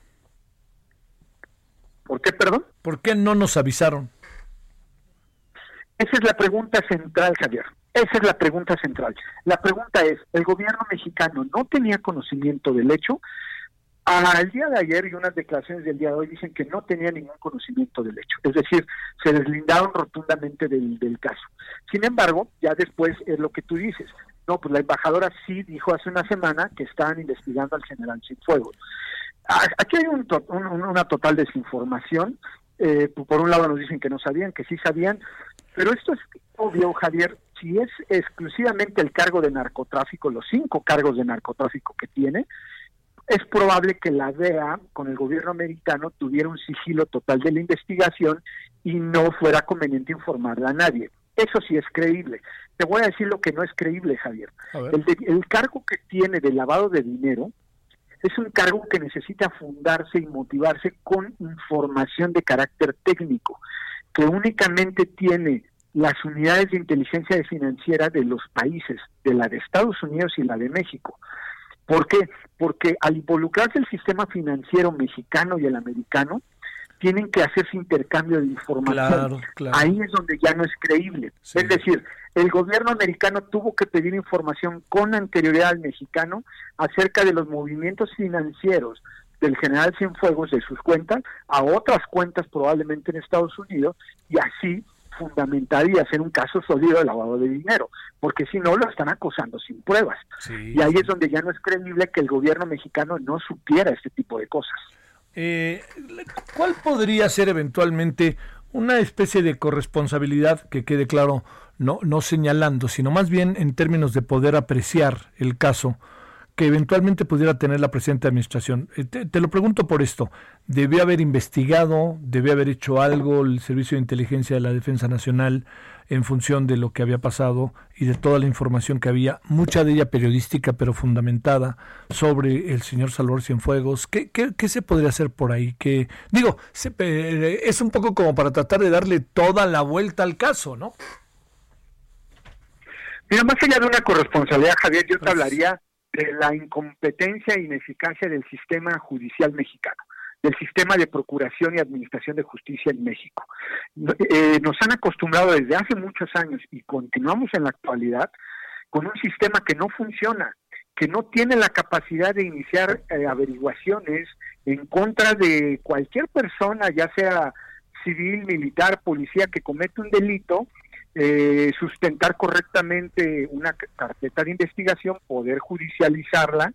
¿Por qué, perdón? ¿Por qué no nos avisaron? Esa es la pregunta central, Javier. Esa es la pregunta central. La pregunta es, ¿el gobierno mexicano no tenía conocimiento del hecho? Al día de ayer y unas declaraciones del día de hoy dicen que no tenía ningún conocimiento del hecho, es decir, se deslindaron rotundamente del, del caso. Sin embargo, ya después es lo que tú dices, no, pues la embajadora sí dijo hace una semana que estaban investigando al general Cienfuegos. Aquí hay un, un, una total desinformación, eh, por un lado nos dicen que no sabían, que sí sabían, pero esto es obvio, Javier, si es exclusivamente el cargo de narcotráfico, los cinco cargos de narcotráfico que tiene, es probable que la D E A con el gobierno americano tuviera un sigilo total de la investigación y no fuera conveniente informarla a nadie. Eso sí es creíble. Te voy a decir lo que no es creíble, Javier. El, de, el cargo que tiene de lavado de dinero es un cargo que necesita fundarse y motivarse con información de carácter técnico. que únicamente tiene las unidades de inteligencia financiera de los países, de la de Estados Unidos y la de México. ¿Por qué? Porque al involucrarse el sistema financiero mexicano y el americano, tienen que hacerse intercambio de información. Claro, claro. Ahí es donde ya no es creíble. Sí. Es decir, el gobierno americano tuvo que pedir información con anterioridad al mexicano acerca de los movimientos financieros del general Cienfuegos, de sus cuentas, a otras cuentas probablemente en Estados Unidos, y así fundamentar y hacer un caso sólido de lavado de dinero, porque si no lo están acusando sin pruebas. Sí, y ahí sí. es donde ya no es creíble que el gobierno mexicano no supiera este tipo de cosas. Eh, ¿Cuál podría ser eventualmente una especie de corresponsabilidad, que quede claro, no, no señalando, sino más bien en términos de poder apreciar el caso, que eventualmente pudiera tener la presente administración? Eh, te, te lo pregunto por esto. ¿Debió haber investigado, debió haber hecho algo el Servicio de Inteligencia de la Defensa Nacional en función de lo que había pasado y de toda la información que había, mucha de ella periodística pero fundamentada, sobre el señor Salvador Cienfuegos? ¿Qué, qué, qué se podría hacer por ahí? Que digo, se, eh, es un poco como para tratar de darle toda la vuelta al caso, ¿no? Mira, más allá de una corresponsabilidad, Javier, yo te pues, hablaría de la incompetencia e ineficacia del sistema judicial mexicano, del sistema de procuración y administración de justicia en México. Eh, nos han acostumbrado desde hace muchos años, y continuamos en la actualidad, con un sistema que no funciona, que no tiene la capacidad de iniciar eh, averiguaciones en contra de cualquier persona, ya sea civil, militar, policía, que comete un delito, Eh, sustentar correctamente una carpeta de investigación, poder judicializarla,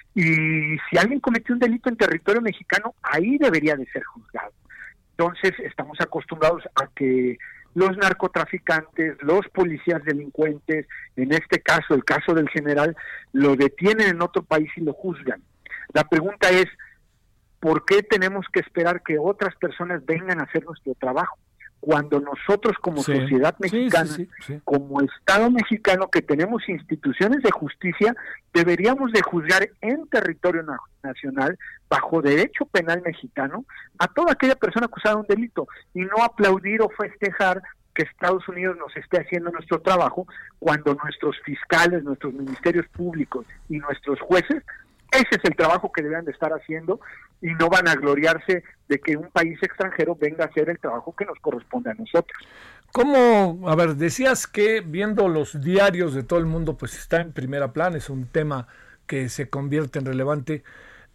y si alguien cometió un delito en territorio mexicano, ahí debería de ser juzgado. Entonces estamos acostumbrados a que los narcotraficantes, los policías delincuentes, en este caso, el caso del general, lo detienen en otro país y lo juzgan. La pregunta es, ¿por qué tenemos que esperar que otras personas vengan a hacer nuestro trabajo? Cuando nosotros como sí, sociedad mexicana, sí, sí, sí, sí. como Estado mexicano, que tenemos instituciones de justicia, deberíamos de juzgar en territorio na- nacional, bajo derecho penal mexicano, a toda aquella persona acusada de un delito, y no aplaudir o festejar que Estados Unidos nos esté haciendo nuestro trabajo, cuando nuestros fiscales, nuestros ministerios públicos y nuestros jueces, ese es el trabajo que deben de estar haciendo, y no van a gloriarse de que un país extranjero venga a hacer el trabajo que nos corresponde a nosotros. ¿Cómo? A ver, decías que viendo los diarios de todo el mundo, pues está en primera plana, es un tema que se convierte en relevante.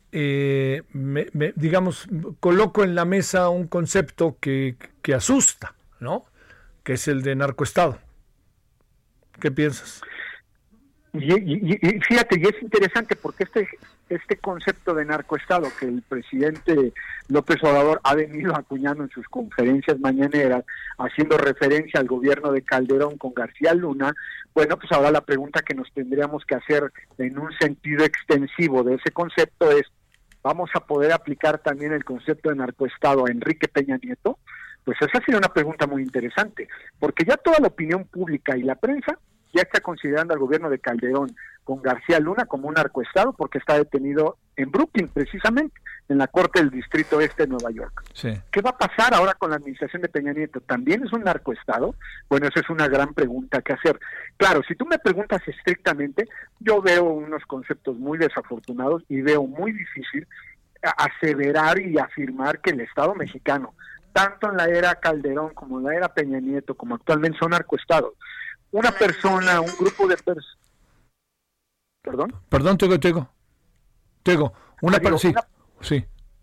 Eh, me, me, digamos, coloco en la mesa un concepto que, que asusta, ¿no? Que es el de narcoestado. ¿Qué piensas? Y, y, y fíjate, y es interesante porque este este concepto de narcoestado que el presidente López Obrador ha venido acuñando en sus conferencias mañaneras, haciendo referencia al gobierno de Calderón con García Luna, bueno, pues ahora la pregunta que nos tendríamos que hacer en un sentido extensivo de ese concepto es, ¿vamos a poder aplicar también el concepto de narcoestado a Enrique Peña Nieto? Pues esa sería una pregunta muy interesante, porque ya toda la opinión pública y la prensa ya está considerando al gobierno de Calderón con García Luna como un narcoestado, porque está detenido en Brooklyn, precisamente, en la Corte del Distrito Este de Nueva York. Sí. ¿Qué va a pasar ahora con la administración de Peña Nieto? ¿También es un narcoestado? Bueno, esa es una gran pregunta que hacer. Claro, si tú me preguntas estrictamente, yo veo unos conceptos muy desafortunados y veo muy difícil aseverar y afirmar que el Estado mexicano, tanto en la era Calderón como en la era Peña Nieto, como actualmente, son narcoestados. Una persona, un grupo de personas... ¿Perdón? Perdón, Tego, Tego. Tego, una persona... Sí, sí.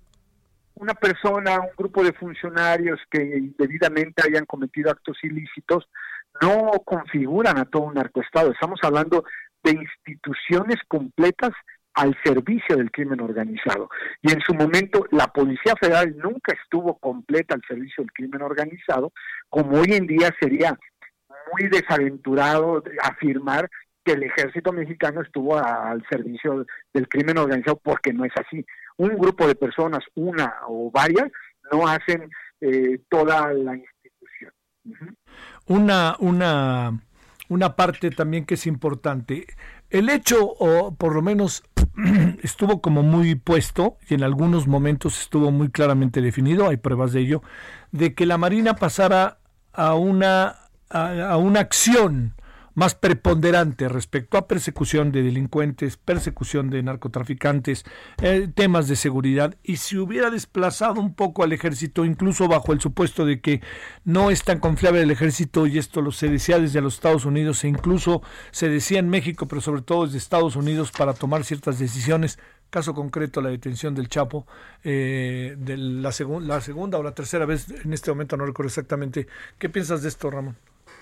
Una persona, un grupo de funcionarios que indebidamente hayan cometido actos ilícitos, no configuran a todo un narcoestado. Estamos hablando de instituciones completas al servicio del crimen organizado. Y en su momento la Policía Federal nunca estuvo completa al servicio del crimen organizado, como hoy en día sería muy desaventurado afirmar que el ejército mexicano estuvo a, al servicio del crimen organizado, porque no es así. Un grupo de personas, una o varias, no hacen eh, toda la institución. Uh-huh. Una, una, una parte también que es importante. El hecho, o por lo menos estuvo como muy puesto, y en algunos momentos estuvo muy claramente definido, hay pruebas de ello, de que la Marina pasara a una, a, a una acción más preponderante respecto a persecución de delincuentes, persecución de narcotraficantes, eh, temas de seguridad, y si hubiera desplazado un poco al ejército, incluso bajo el supuesto de que no es tan confiable el ejército, y esto lo se decía desde los Estados Unidos, e incluso se decía en México, pero sobre todo desde Estados Unidos, para tomar ciertas decisiones, caso concreto la detención del Chapo, eh, de la, segu- la segunda o la tercera vez, en este momento no recuerdo exactamente. ¿Qué piensas de esto, Ramón?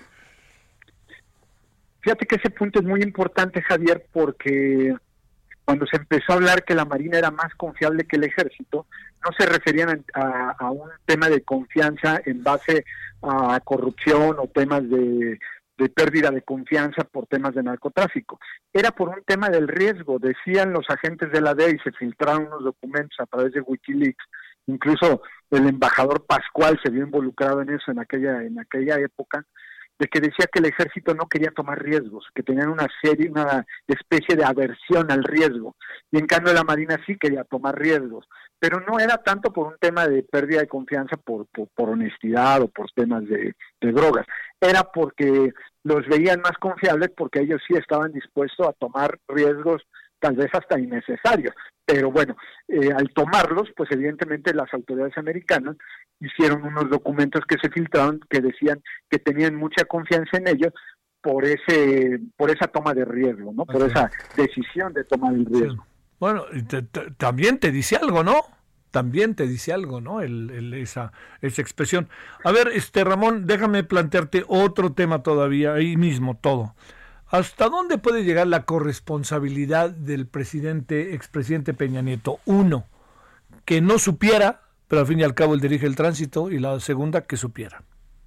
Fíjate que ese punto es muy importante, Javier, porque cuando se empezó a hablar que la Marina era más confiable que el Ejército, no se referían a, a un tema de confianza en base a corrupción o temas de, de pérdida de confianza por temas de narcotráfico. Era por un tema del riesgo. Decían los agentes de la D E A, y se filtraron unos documentos a través de Wikileaks, incluso el embajador Pascual se vio involucrado en eso en aquella, en aquella época, de que decía que el ejército no quería tomar riesgos, que tenían una serie, una especie de aversión al riesgo, y en cambio la Marina sí quería tomar riesgos, pero no era tanto por un tema de pérdida de confianza por, por, por honestidad o por temas de, de drogas, era porque los veían más confiables, porque ellos sí estaban dispuestos a tomar riesgos tal vez hasta innecesarios, pero bueno, eh, al tomarlos, pues evidentemente las autoridades americanas hicieron unos documentos que se filtraron que decían que tenían mucha confianza en ellos por ese por esa toma de riesgo, ¿no? Por okay. esa decisión de tomar el riesgo. Sí. Bueno, te, te, también te dice algo, ¿no? También te dice algo, ¿no? El, el, esa esa expresión. A ver, este Ramón, déjame plantearte otro tema todavía, ahí mismo todo. ¿Hasta dónde puede llegar la corresponsabilidad del presidente, expresidente Peña Nieto? Uno, que no supiera, pero al fin y al cabo él dirige el tránsito, y la segunda, que supiera.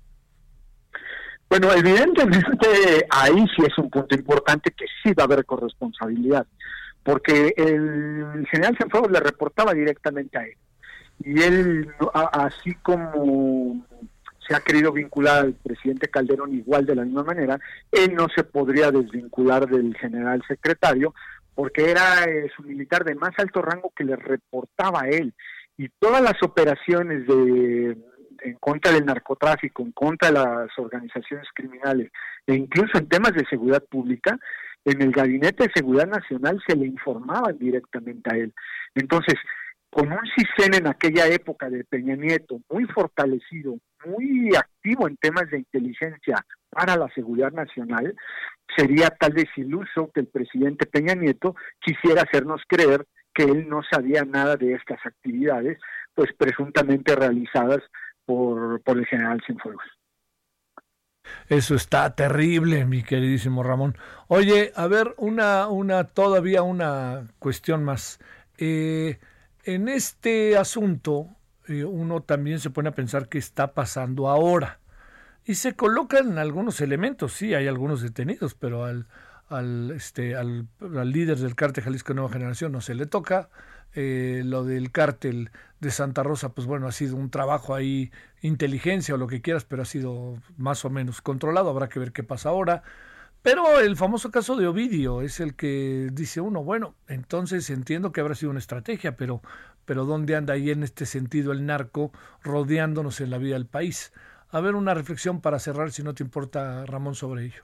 Bueno, evidentemente ahí sí es un punto importante, que sí va a haber corresponsabilidad, porque el general Cienfuegos le reportaba directamente a él, y él, así como se ha querido vincular al presidente Calderón igual de la misma manera, él no se podría desvincular del general secretario, porque era eh, su militar de más alto rango que le reportaba a él, y todas las operaciones de en contra del narcotráfico, en contra de las organizaciones criminales, e incluso en temas de seguridad pública, en el Gabinete de Seguridad Nacional se le informaban directamente a él. Entonces, con un CISEN en aquella época de Peña Nieto muy fortalecido, muy activo en temas de inteligencia para la seguridad nacional, sería tal vez iluso que el presidente Peña Nieto quisiera hacernos creer que él no sabía nada de estas actividades, pues presuntamente realizadas por, por el general Cienfuegos. Eso está terrible, mi queridísimo Ramón. Oye, a ver, una, una todavía una cuestión más. Eh, en este asunto, eh, uno también se pone a pensar qué está pasando ahora. Y se colocan algunos elementos, sí, hay algunos detenidos, pero al, al, este, al, al líder del cártel Jalisco Nueva Generación no se le toca. Eh, lo del cártel de Santa Rosa, pues bueno, ha sido un trabajo ahí, inteligencia o lo que quieras, pero ha sido más o menos controlado, habrá que ver qué pasa ahora. Pero el famoso caso de Ovidio es el que dice uno, bueno, entonces entiendo que habrá sido una estrategia, pero, pero ¿dónde anda ahí en este sentido el narco rodeándonos en la vida del país? A ver, una reflexión para cerrar, si no te importa, Ramón, sobre ello.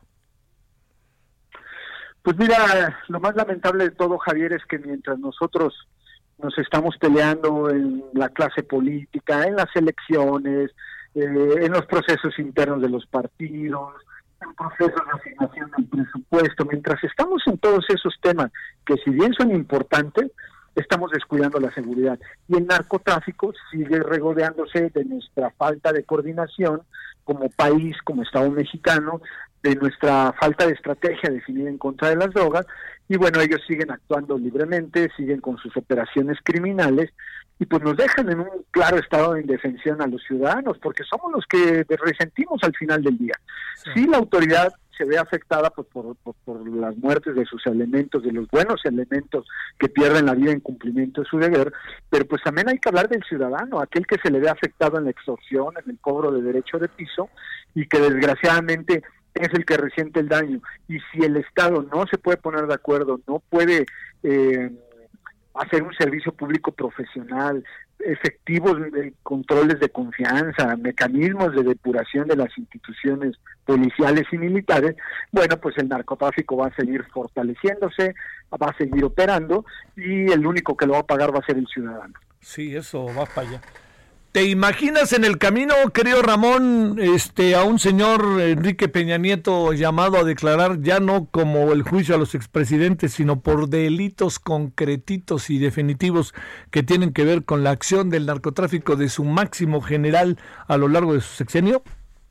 Pues mira, lo más lamentable de todo, Javier, es que mientras nosotros nos estamos peleando en la clase política, en las elecciones, eh, en los procesos internos de los partidos, en procesos de asignación del presupuesto, mientras estamos en todos esos temas que si bien son importantes, estamos descuidando la seguridad. Y el narcotráfico sigue regodeándose de nuestra falta de coordinación como país, como Estado mexicano, de nuestra falta de estrategia definida en contra de las drogas, y bueno, ellos siguen actuando libremente, siguen con sus operaciones criminales, y pues nos dejan en un claro estado de indefensión a los ciudadanos, porque somos los que resentimos al final del día. Sí, sí la autoridad se ve afectada pues, por, por, por las muertes de sus elementos, de los buenos elementos que pierden la vida en cumplimiento de su deber, pero pues también hay que hablar del ciudadano, aquel que se le ve afectado en la extorsión, en el cobro de derecho de piso, y que desgraciadamente es el que resiente el daño. Y si el Estado no se puede poner de acuerdo, no puede eh, hacer un servicio público profesional, efectivos de controles de confianza, mecanismos de depuración de las instituciones policiales y militares, bueno, pues el narcotráfico va a seguir fortaleciéndose, va a seguir operando, y el único que lo va a pagar va a ser el ciudadano. Sí, eso va para allá. ¿Te imaginas en el camino, querido Ramón, este, a un señor Enrique Peña Nieto llamado a declarar ya no como el juicio a los expresidentes, sino por delitos concretitos y definitivos que tienen que ver con la acción del narcotráfico de su máximo general a lo largo de su sexenio?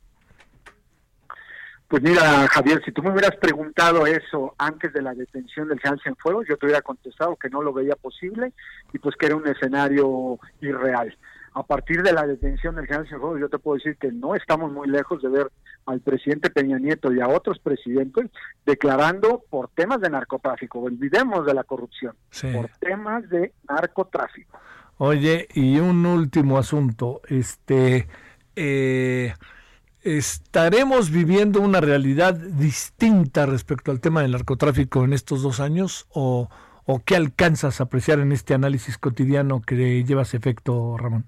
Pues mira, Javier, si tú me hubieras preguntado eso antes de la detención del general Cienfuegos, yo te hubiera contestado que no lo veía posible y pues que era un escenario irreal. A partir de la detención del general Cienfuegos, yo te puedo decir que no estamos muy lejos de ver al presidente Peña Nieto y a otros presidentes declarando por temas de narcotráfico. Olvidemos de la corrupción, sí, por temas de narcotráfico. Oye, y un último asunto, este, eh, ¿estaremos viviendo una realidad distinta respecto al tema del narcotráfico en estos dos años o, o qué alcanzas a apreciar en este análisis cotidiano que llevas efecto, Ramón?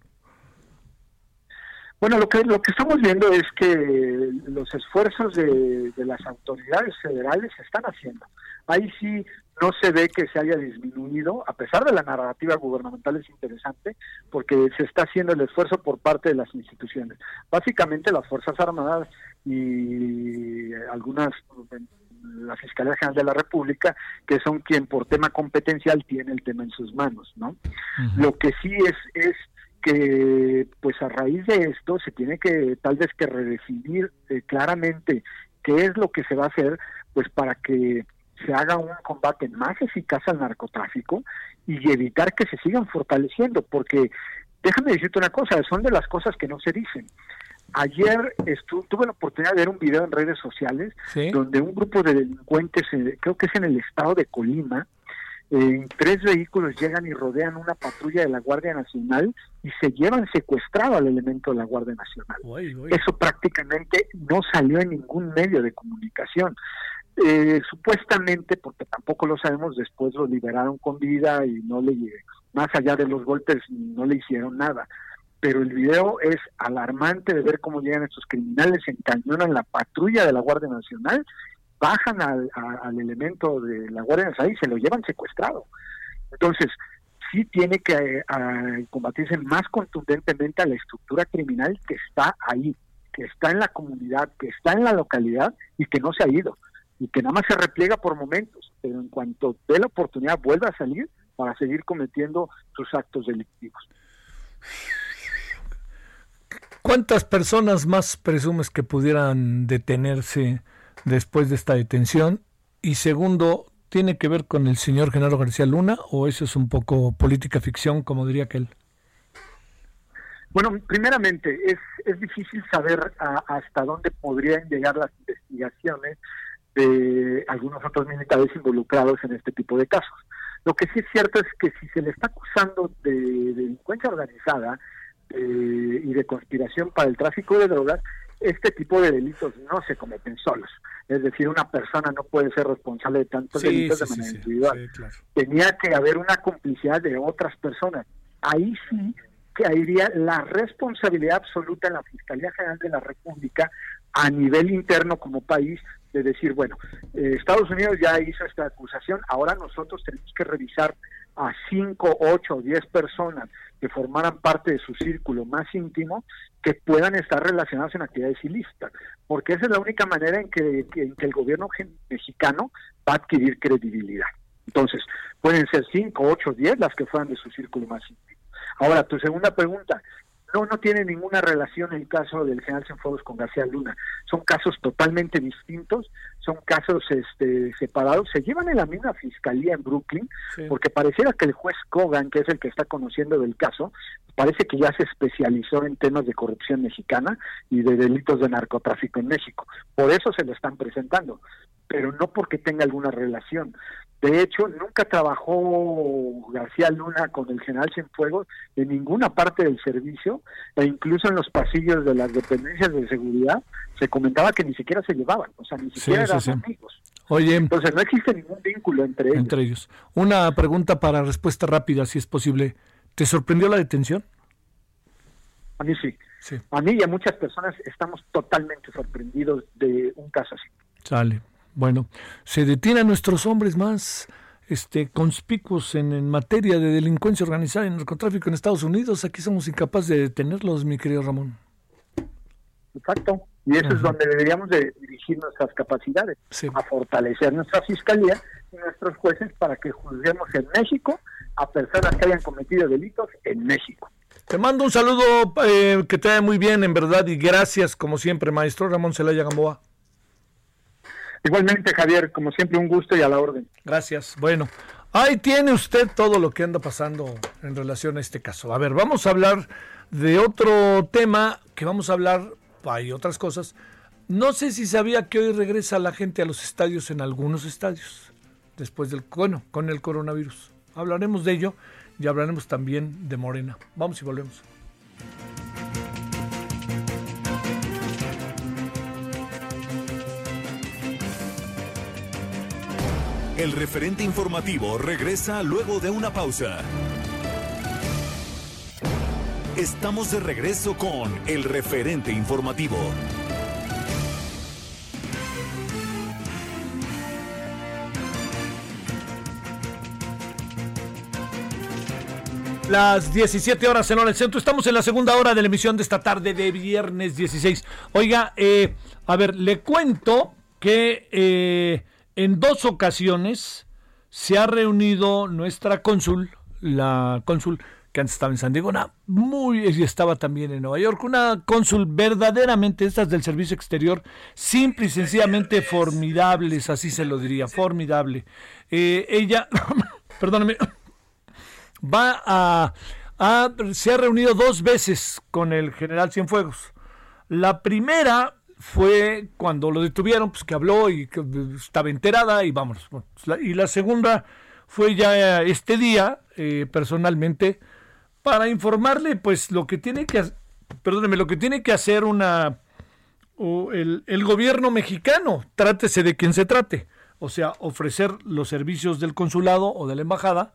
Bueno, lo que lo que estamos viendo es que los esfuerzos de, de las autoridades federales se están haciendo. Ahí sí no se ve que se haya disminuido, a pesar de la narrativa gubernamental es interesante, porque se está haciendo el esfuerzo por parte de las instituciones. Básicamente las Fuerzas Armadas y algunas, la Fiscalía General de la República, que son quien por tema competencial tiene el tema en sus manos, ¿no? Uh-huh. Lo que sí es es que pues a raíz de esto se tiene que tal vez que redefinir eh, claramente qué es lo que se va a hacer, pues para que se haga un combate más eficaz al narcotráfico y evitar que se sigan fortaleciendo, porque déjame decirte una cosa, son de las cosas que no se dicen. Ayer estuve, tuve la oportunidad de ver un video en redes sociales, ¿sí?, donde un grupo de delincuentes, eh, creo que es en el estado de Colima, en tres vehículos llegan y rodean una patrulla de la Guardia Nacional y se llevan secuestrado al elemento de la Guardia Nacional. Uy, uy. Eso prácticamente no salió en ningún medio de comunicación. Eh, supuestamente, porque tampoco lo sabemos, después lo liberaron con vida y no le, más allá de los golpes, no le hicieron nada. Pero el video es alarmante de ver cómo llegan estos criminales, encañonan la patrulla de la Guardia Nacional, bajan al, a, al elemento de la Guardia Nacional y se lo llevan secuestrado. Entonces, sí tiene que a, combatirse más contundentemente a la estructura criminal que está ahí, que está en la comunidad, que está en la localidad y que no se ha ido, y que nada más se repliega por momentos, pero en cuanto dé la oportunidad vuelve a salir para seguir cometiendo sus actos delictivos. ¿Cuántas personas más presumes que pudieran detenerse después de esta detención? Y segundo, ¿tiene que ver con el señor Genaro García Luna o eso es un poco política ficción, como diría aquel? Bueno, primeramente, es, es difícil saber a, hasta dónde podrían llegar las investigaciones de algunos otros militares involucrados en este tipo de casos. Lo que sí es cierto es que si se le está acusando de, de delincuencia organizada eh, y de conspiración para el tráfico de drogas, este tipo de delitos no se cometen solos. Es decir, una persona no puede ser responsable de tantos sí, delitos sí, de manera sí, individual. Sí, claro. Tenía que haber una complicidad de otras personas. Ahí sí que iría la responsabilidad absoluta en la Fiscalía General de la República a nivel interno como país, de decir, bueno, eh, Estados Unidos ya hizo esta acusación, ahora nosotros tenemos que revisar a cinco, ocho, diez personas que formaran parte de su círculo más íntimo que puedan estar relacionadas en actividades ilícitas, porque esa es la única manera en que, que, en que el gobierno mexicano va a adquirir credibilidad. Entonces, pueden ser cinco, ocho, diez las que fueran de su círculo más íntimo. Ahora, tu segunda pregunta, no, no tiene ninguna relación el caso del general Cienfuegos con García Luna. Son casos totalmente distintos, son casos este, separados, se llevan en la misma fiscalía en Brooklyn, sí, porque pareciera que el juez Kogan, que es el que está conociendo del caso, parece que ya se especializó en temas de corrupción mexicana y de delitos de narcotráfico en México. Por eso se lo están presentando, pero no porque tenga alguna relación. De hecho, nunca trabajó García Luna con el general Cienfuegos en ninguna parte del servicio, e incluso en los pasillos de las dependencias de seguridad se comentaba que ni siquiera se llevaban, o sea, ni siquiera Sí, eran sí, sí. amigos. Oye, Entonces no existe ningún vínculo entre ellos. entre ellos. Una pregunta para respuesta rápida, si es posible. ¿Te sorprendió la detención? A mí sí. Sí. A mí y a muchas personas estamos totalmente sorprendidos de un caso así. Sale. Bueno, se detienen a nuestros hombres más este, conspicuos en, en materia de delincuencia organizada y narcotráfico en Estados Unidos. Aquí somos incapaces de detenerlos, mi querido Ramón. Exacto. Y eso Ajá. es donde deberíamos de dirigir nuestras capacidades, Sí. a fortalecer nuestra fiscalía y nuestros jueces para que juzguemos en México a personas que hayan cometido delitos en México. Te mando un saludo, eh, que te vaya muy bien, en verdad, y gracias, como siempre, maestro Ramón Celaya Gamboa. Igualmente, Javier, como siempre, un gusto y a la orden. Gracias. Bueno, ahí tiene usted todo lo que anda pasando en relación a este caso. A ver, vamos a hablar de otro tema, que vamos a hablar, hay otras cosas. No sé si sabía que hoy regresa la gente a los estadios en algunos estadios, después del, bueno, con el coronavirus. Hablaremos de ello y hablaremos también de Morena. Vamos y volvemos. El referente informativo regresa luego de una pausa. Estamos de regreso con el referente informativo. Las diecisiete horas en hora del centro. Estamos en la segunda hora de la emisión de esta tarde de viernes dieciséis. Oiga, eh, a ver, le cuento que eh, en dos ocasiones se ha reunido nuestra cónsul, la cónsul que antes estaba en San Diego, una muy, y estaba también en Nueva York, una cónsul verdaderamente, estas del servicio exterior, simple y sencillamente formidables, así se lo diría, formidable. Eh, ella, perdóname, va a, a, se ha reunido dos veces con el general Cienfuegos. La primera fue cuando lo detuvieron, pues que habló y que estaba enterada y vámonos. Y la segunda fue ya este día, eh, personalmente, para informarle pues lo que tiene que, perdóneme, lo que tiene que hacer una o el, el gobierno mexicano, trátese de quien se trate, o sea, ofrecer los servicios del consulado o de la embajada,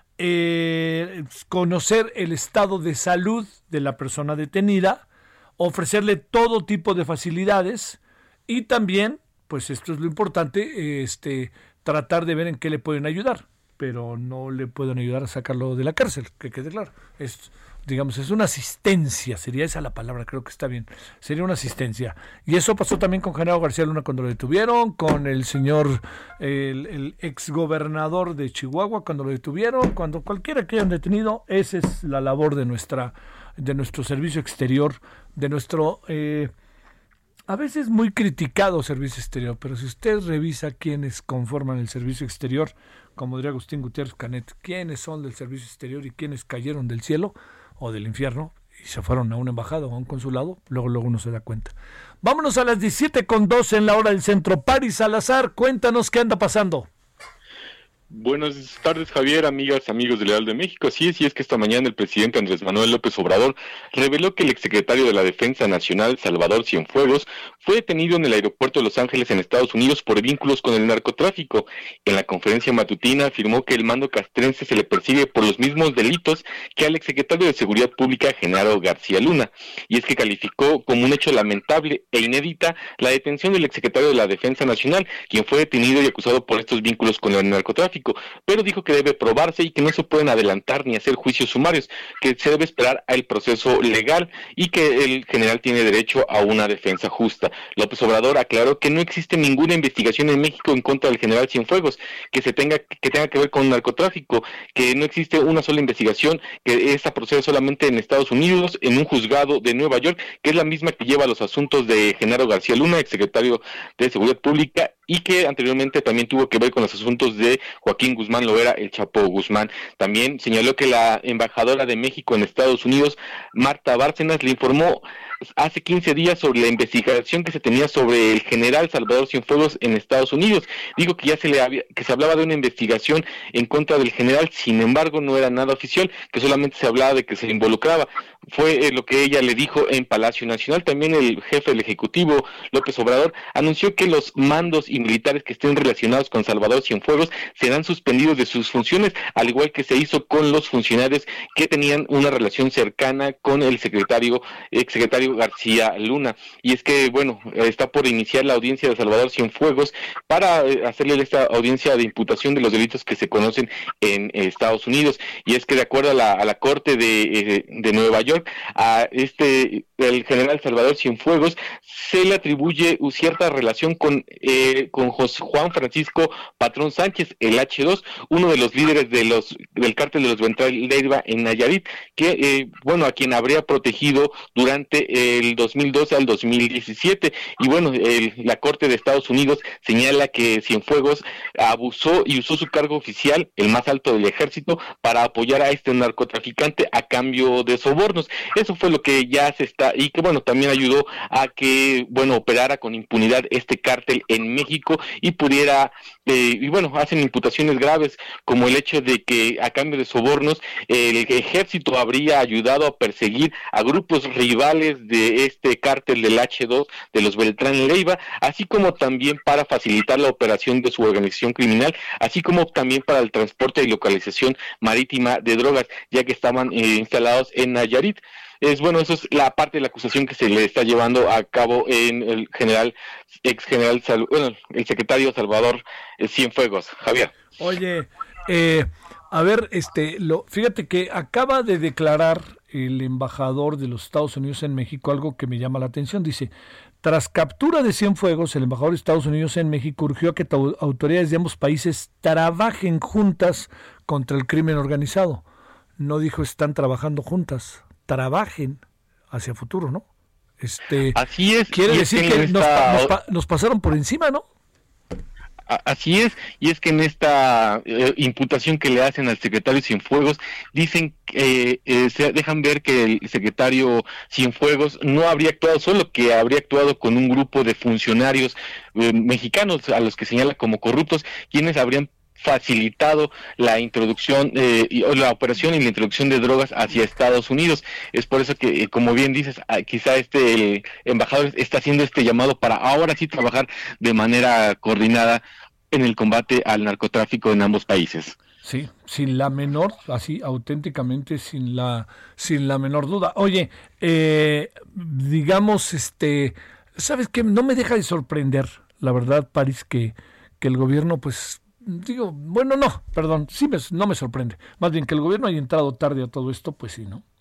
eh, conocer el estado de salud de la persona detenida, ofrecerle todo tipo de facilidades y también, pues esto es lo importante, este, tratar de ver en qué le pueden ayudar, pero no le pueden ayudar a sacarlo de la cárcel, que quede claro. Es, digamos, es una asistencia, sería esa la palabra, creo que está bien, sería una asistencia. Y eso pasó también con Genaro García Luna cuando lo detuvieron, con el señor, el, el exgobernador de Chihuahua cuando lo detuvieron, cuando cualquiera que hayan detenido, esa es la labor de nuestra, de nuestro servicio exterior, de nuestro, eh, a veces muy criticado servicio exterior, pero si usted revisa quiénes conforman el servicio exterior, como diría Agustín Gutiérrez Canet, quiénes son del servicio exterior y quiénes cayeron del cielo o del infierno y se fueron a una embajada o a un consulado, luego luego uno se da cuenta. Vámonos a las diecisiete con doce en la hora del centro. Paris Salazar, cuéntanos qué anda pasando. Buenas tardes, Javier, amigas, amigos del Leal de México. Así es, y es que esta mañana el presidente Andrés Manuel López Obrador reveló que el exsecretario de la Defensa Nacional, Salvador Cienfuegos, fue detenido en el aeropuerto de Los Ángeles, en Estados Unidos, por vínculos con el narcotráfico. En la conferencia matutina afirmó que el mando castrense se le persigue por los mismos delitos que al exsecretario de Seguridad Pública, Genaro García Luna. Y es que calificó como un hecho lamentable e inédita la detención del exsecretario de la Defensa Nacional, quien fue detenido y acusado por estos vínculos con el narcotráfico. Pero dijo que debe probarse y que no se pueden adelantar ni hacer juicios sumarios, que se debe esperar al proceso legal y que el general tiene derecho a una defensa justa. López Obrador aclaró que no existe ninguna investigación en México en contra del general Cienfuegos que se tenga que tenga que ver con narcotráfico, que no existe una sola investigación, que esta procede solamente en Estados Unidos, en un juzgado de Nueva York, que es la misma que lleva los asuntos de Genaro García Luna, exsecretario de Seguridad Pública, y que anteriormente también tuvo que ver con los asuntos de Joaquín Guzmán Loera, el Chapo Guzmán. También señaló que la embajadora de México en Estados Unidos, Marta Bárcenas, le informó hace quince días sobre la investigación que se tenía sobre el general Salvador Cienfuegos en Estados Unidos. Dijo que ya se le había, que se hablaba de una investigación en contra del general, sin embargo no era nada oficial, que solamente se hablaba de que se involucraba. Fue eh, lo que ella le dijo en Palacio Nacional. También el jefe del Ejecutivo, López Obrador, anunció que los mandos y militares que estén relacionados con Salvador Cienfuegos serán suspendidos de sus funciones, al igual que se hizo con los funcionarios que tenían una relación cercana con el secretario, exsecretario García Luna. Y es que, bueno, está por iniciar la audiencia de Salvador Cienfuegos para eh, hacerle esta audiencia de imputación de los delitos que se conocen en eh, Estados Unidos. Y es que de acuerdo a la, a la Corte de, eh, de Nueva York, a este el general Salvador Cienfuegos se le atribuye cierta relación con eh, con José Juan Francisco Patrón Sánchez, el hache dos, uno de los líderes de los del cártel de los Beltrán Leiva en Nayarit, que eh, bueno, a quien habría protegido durante el dos mil doce al dos mil diecisiete. Y bueno, el, la Corte de Estados Unidos señala que Cienfuegos abusó y usó su cargo oficial, el más alto del ejército, para apoyar a este narcotraficante a cambio de sobornos. Eso fue lo que ya se está, y que bueno, también ayudó a que, bueno, operara con impunidad este cártel en México y pudiera, eh, y bueno, hacen imputaciones graves, como el hecho de que a cambio de sobornos, el ejército habría ayudado a perseguir a grupos rivales de este cártel del hache dos, de los Beltrán Leiva, así como también para facilitar la operación de su organización criminal, así como también para el transporte y localización marítima de drogas, ya que estaban eh, instalados en Nayarit. Es bueno, eso es la parte de la acusación que se le está llevando a cabo en el general, ex general, bueno, el secretario Salvador Cienfuegos. Javier. Oye, eh, a ver, este, lo, fíjate que acaba de declarar el embajador de los Estados Unidos en México algo que me llama la atención. Dice: tras captura de Cienfuegos, el embajador de Estados Unidos en México urgió a que ta- autoridades de ambos países trabajen juntas contra el crimen organizado. No dijo están trabajando juntas, trabajen hacia futuro, ¿no? Este, así es. Quiere decir que, que nos, esta... nos, pa- nos pasaron por encima, ¿no? Así es, y es que en esta eh, imputación que le hacen al secretario Cienfuegos, dicen que eh, eh, se dejan ver que el secretario Cienfuegos no habría actuado solo, que habría actuado con un grupo de funcionarios eh, mexicanos a los que señala como corruptos, quienes habrían facilitado la introducción eh, y, o la operación y la introducción de drogas hacia Estados Unidos. Es por eso que, eh, como bien dices, ah, quizá este el embajador está haciendo este llamado para ahora sí trabajar de manera coordinada en el combate al narcotráfico en ambos países. Sí, sin la menor, así auténticamente sin la sin la menor duda. Oye, eh, digamos, este, ¿sabes qué? No me deja de sorprender, la verdad, París, que, que el gobierno, pues, digo, bueno, no, perdón, sí me, no me sorprende. Más bien que el gobierno haya entrado tarde a todo esto, pues sí, ¿no?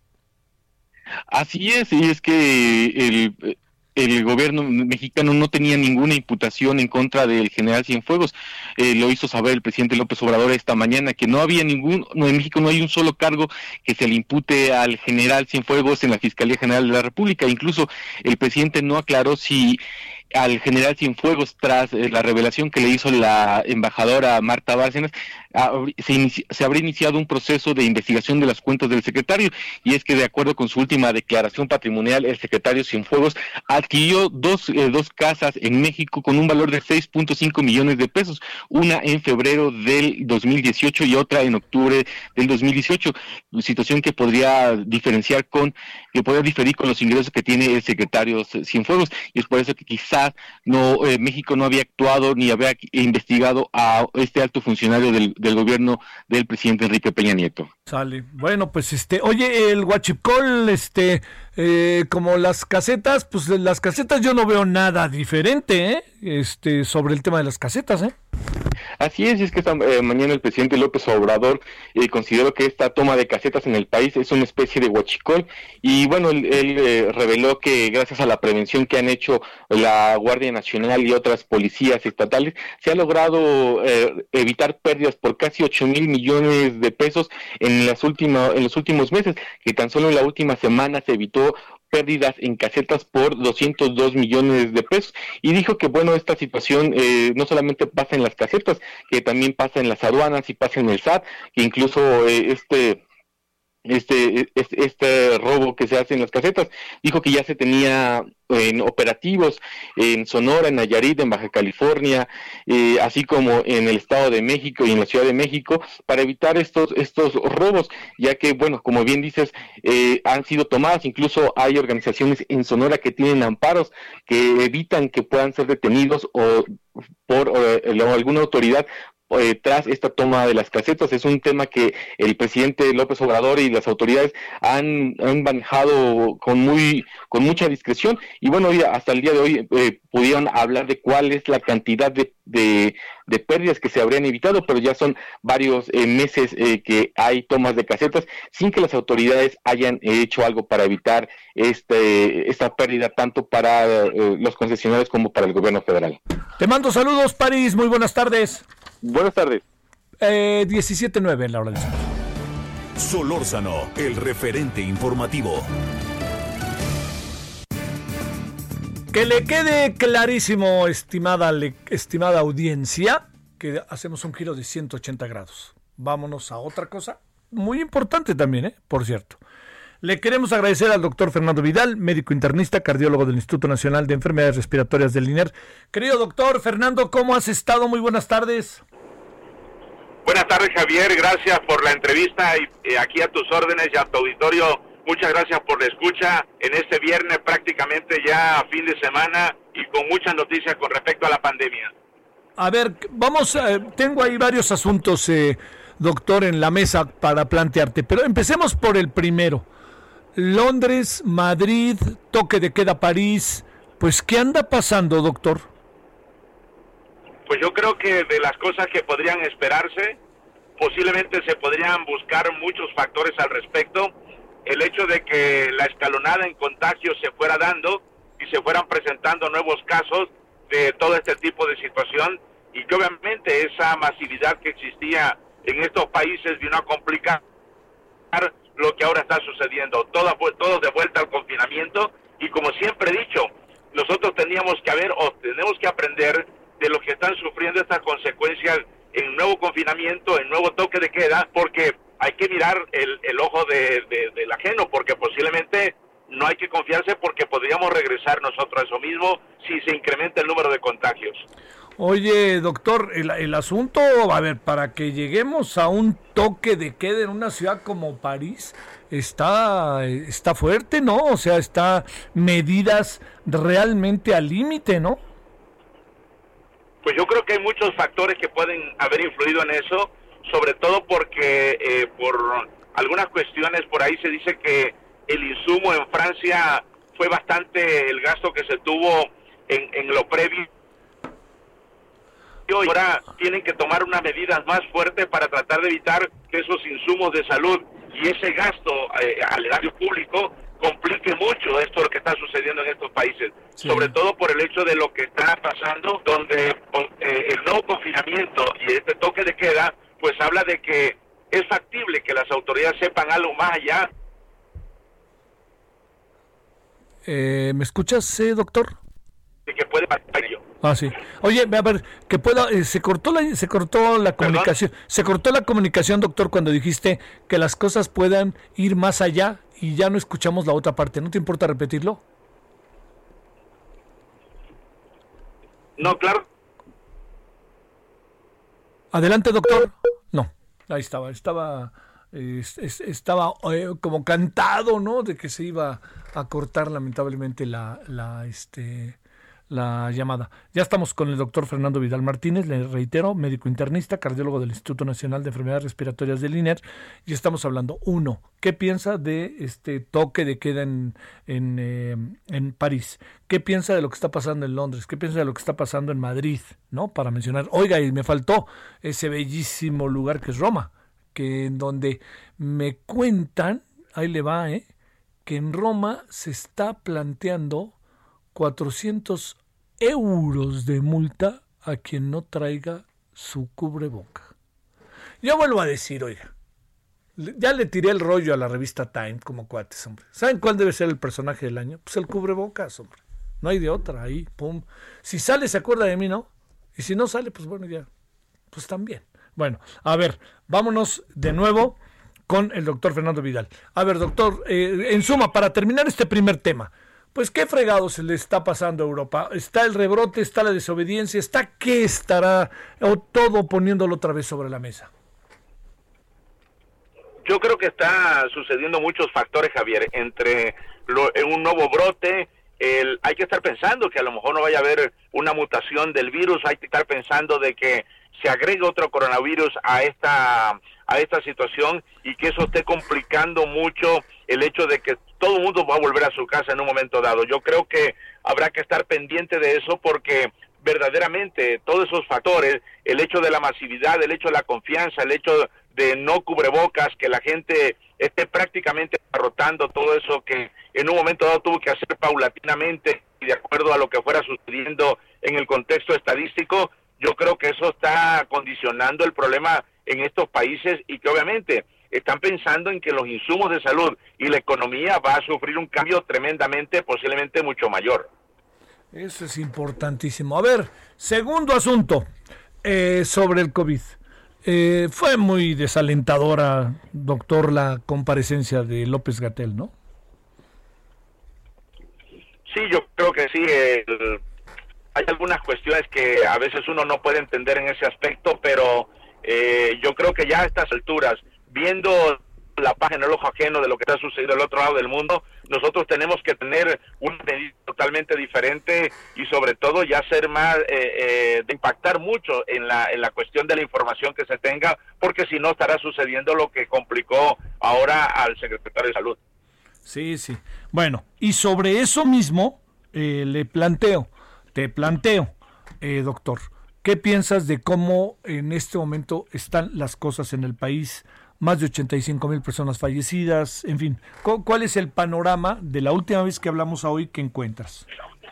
Así es, y es que el, el gobierno mexicano no tenía ninguna imputación en contra del general Cienfuegos. Eh, lo hizo saber el presidente López Obrador esta mañana, que no había ningún, no, en México no hay un solo cargo que se le impute al general Cienfuegos en la Fiscalía General de la República. Incluso el presidente no aclaró si al general Cienfuegos, tras eh, la revelación que le hizo la embajadora Marta Bárcenas, se, inici- se habría iniciado un proceso de investigación de las cuentas del secretario, y es que de acuerdo con su última declaración patrimonial, el secretario Cienfuegos adquirió dos, eh, dos casas en México con un valor de seis punto cinco millones de pesos, una en febrero del dos mil dieciocho y otra en octubre del dos mil dieciocho, situación que podría diferenciar con, que podría diferir con los ingresos que tiene el secretario Cienfuegos, y es por eso que quizás no eh, México no había actuado ni había investigado a este alto funcionario del, del gobierno del presidente Enrique Peña Nieto. Sale. Bueno, pues este, oye, el huachicol, este, eh, como las casetas, pues las casetas yo no veo nada diferente, ¿eh? Este, sobre el tema de las casetas, ¿eh? Así es, es que esta eh, mañana el presidente López Obrador eh, consideró que esta toma de casetas en el país es una especie de huachicol, y bueno, él, él eh, reveló que gracias a la prevención que han hecho la Guardia Nacional y otras policías estatales, se ha logrado eh, evitar pérdidas por casi ocho mil millones de pesos en las últimas, en los últimos meses, que tan solo en la última semana se evitó pérdidas en casetas por doscientos dos millones de pesos, y dijo que bueno, esta situación eh, no solamente pasa en las casetas, que también pasa en las aduanas y pasa en el S A T, que incluso eh, este este, este este robo que se hace en las casetas. Dijo que ya se tenía en operativos en Sonora, en Nayarit, en Baja California, eh, así como en el Estado de México y en la Ciudad de México, para evitar estos estos robos, ya que, bueno, como bien dices, eh, han sido tomadas. Incluso hay organizaciones en Sonora que tienen amparos que evitan que puedan ser detenidos o por o, o alguna autoridad Eh, tras esta toma de las casetas. Es un tema que el presidente López Obrador y las autoridades han, han manejado con muy con mucha discreción, y bueno, hasta el día de hoy eh, pudieron hablar de cuál es la cantidad de, de, de pérdidas que se habrían evitado, pero ya son varios eh, meses eh, que hay tomas de casetas sin que las autoridades hayan hecho algo para evitar este esta pérdida, tanto para eh, los concesionarios como para el gobierno federal. Te mando saludos, París, muy buenas tardes. Buenas tardes. Eh, diecisiete nueve en la hora del centro. Solórzano, el referente informativo. Que le quede clarísimo, estimada, le, estimada audiencia, que hacemos un giro de ciento ochenta grados. Vámonos a otra cosa muy importante también, ¿eh? Por cierto. Le queremos agradecer al doctor Fernando Vidal, médico internista, cardiólogo del Instituto Nacional de Enfermedades Respiratorias del INER. Querido doctor Fernando, ¿cómo has estado? Muy buenas tardes. Buenas tardes, Javier, gracias por la entrevista y eh, aquí a tus órdenes y a tu auditorio, muchas gracias por la escucha en este viernes, prácticamente ya fin de semana y con muchas noticias con respecto a la pandemia. A ver, vamos, eh, tengo ahí varios asuntos, eh, doctor, en la mesa para plantearte, pero empecemos por el primero. Londres, Madrid, toque de queda París, pues ¿qué anda pasando, doctor? Pues yo creo que de las cosas que podrían esperarse, posiblemente se podrían buscar muchos factores al respecto. El hecho de que la escalonada en contagios se fuera dando y se fueran presentando nuevos casos de todo este tipo de situación, y que obviamente esa masividad que existía en estos países vino a complicar lo que ahora está sucediendo. Todos, todos de vuelta al confinamiento, y como siempre he dicho, nosotros teníamos que haber o tenemos que aprender de lo que están sufriendo estas consecuencias en nuevo confinamiento, en nuevo toque de queda, porque hay que mirar el, el ojo de, de, del ajeno, porque posiblemente no hay que confiarse, porque podríamos regresar nosotros a eso mismo si se incrementa el número de contagios. Oye, doctor, el, el asunto, a ver, para que lleguemos a un toque de queda en una ciudad como París, está, está fuerte, ¿no? O sea, está medidas realmente al límite, ¿no? Pues yo creo que hay muchos factores que pueden haber influido en eso, sobre todo porque eh, por algunas cuestiones por ahí se dice que el insumo en Francia fue bastante el gasto que se tuvo en, en lo previo, y ahora tienen que tomar unas medidas más fuertes para tratar de evitar que esos insumos de salud y ese gasto eh, al erario público complique mucho esto lo que está sucediendo en estos países, sí. Sobre todo por el hecho de lo que está pasando, donde eh, el nuevo confinamiento y este toque de queda, pues habla de que es factible que las autoridades sepan algo más allá. Eh, ¿Me escuchas, eh, doctor? De que puede pasar ello. Ah, sí. Oye, a ver, que pueda, eh, se cortó la, se cortó la comunicación, ¿Perdón? se cortó la comunicación, doctor, cuando dijiste que las cosas puedan ir más allá y ya no escuchamos la otra parte. ¿No te importa repetirlo? No, claro. Adelante, doctor. No, ahí estaba, estaba, eh, es, estaba eh, como cantado, ¿no? De que se iba a cortar lamentablemente la, la, este. la llamada. Ya estamos con el doctor Fernando Vidal Martínez, le reitero, médico internista, cardiólogo del Instituto Nacional de Enfermedades Respiratorias del INER, y estamos hablando, uno, ¿qué piensa de este toque de queda en, en, eh, en París? ¿Qué piensa de lo que está pasando en Londres? ¿Qué piensa de lo que está pasando en Madrid? ¿No? Para mencionar, oiga, y me faltó ese bellísimo lugar que es Roma, que en donde me cuentan, ahí le va, ¿eh? que en Roma se está planteando cuatrocientos euros de multa a quien no traiga su cubreboca. Yo vuelvo a decir, oiga, ya le tiré el rollo a la revista Time como cuates, hombre. ¿Saben cuál debe ser el personaje del año? Pues el cubrebocas, hombre. No hay de otra, ahí, pum. Si sale, se acuerda de mí, ¿no? Y si no sale, pues bueno, ya, pues también. Bueno, a ver, vámonos de nuevo con el doctor Fernando Vidal. A ver, doctor, eh, en suma, para terminar este primer tema, pues qué fregado se le está pasando a Europa. Está el rebrote, está la desobediencia, está qué estará, o todo poniéndolo otra vez sobre la mesa. Yo creo que está sucediendo muchos factores, Javier, entre lo, un nuevo brote, el, hay que estar pensando que a lo mejor no vaya a haber una mutación del virus, hay que estar pensando de que se agregue otro coronavirus a esta a esta situación y que eso esté complicando mucho el hecho de que todo el mundo va a volver a su casa en un momento dado. Yo creo que habrá que estar pendiente de eso porque verdaderamente todos esos factores, el hecho de la masividad, el hecho de la confianza, el hecho de no cubrebocas, que la gente esté prácticamente derrotando todo eso que en un momento dado tuvo que hacer paulatinamente y de acuerdo a lo que fuera sucediendo en el contexto estadístico, yo creo que eso está condicionando el problema en estos países y que obviamente están pensando en que los insumos de salud y la economía va a sufrir un cambio tremendamente, posiblemente mucho mayor. Eso es importantísimo. A ver, segundo asunto eh, sobre el COVID. Eh, fue muy desalentadora, doctor, la comparecencia de López-Gatell, ¿no? Sí, yo creo que sí. El, hay algunas cuestiones que a veces uno no puede entender en ese aspecto, pero eh, yo creo que ya a estas alturas, viendo la paja en el ojo ajeno de lo que está sucediendo al otro lado del mundo, nosotros tenemos que tener una medida totalmente diferente y sobre todo ya ser más, eh, eh, de impactar mucho en la, en la cuestión de la información que se tenga, porque si no estará sucediendo lo que complicó ahora al secretario de Salud. Sí, sí. Bueno, y sobre eso mismo eh, le planteo, te planteo, eh, doctor, ¿qué piensas de cómo en este momento están las cosas en el país? Más de ochenta y cinco mil personas fallecidas, en fin. ¿Cuál es el panorama de la última vez que hablamos a hoy que encuentras?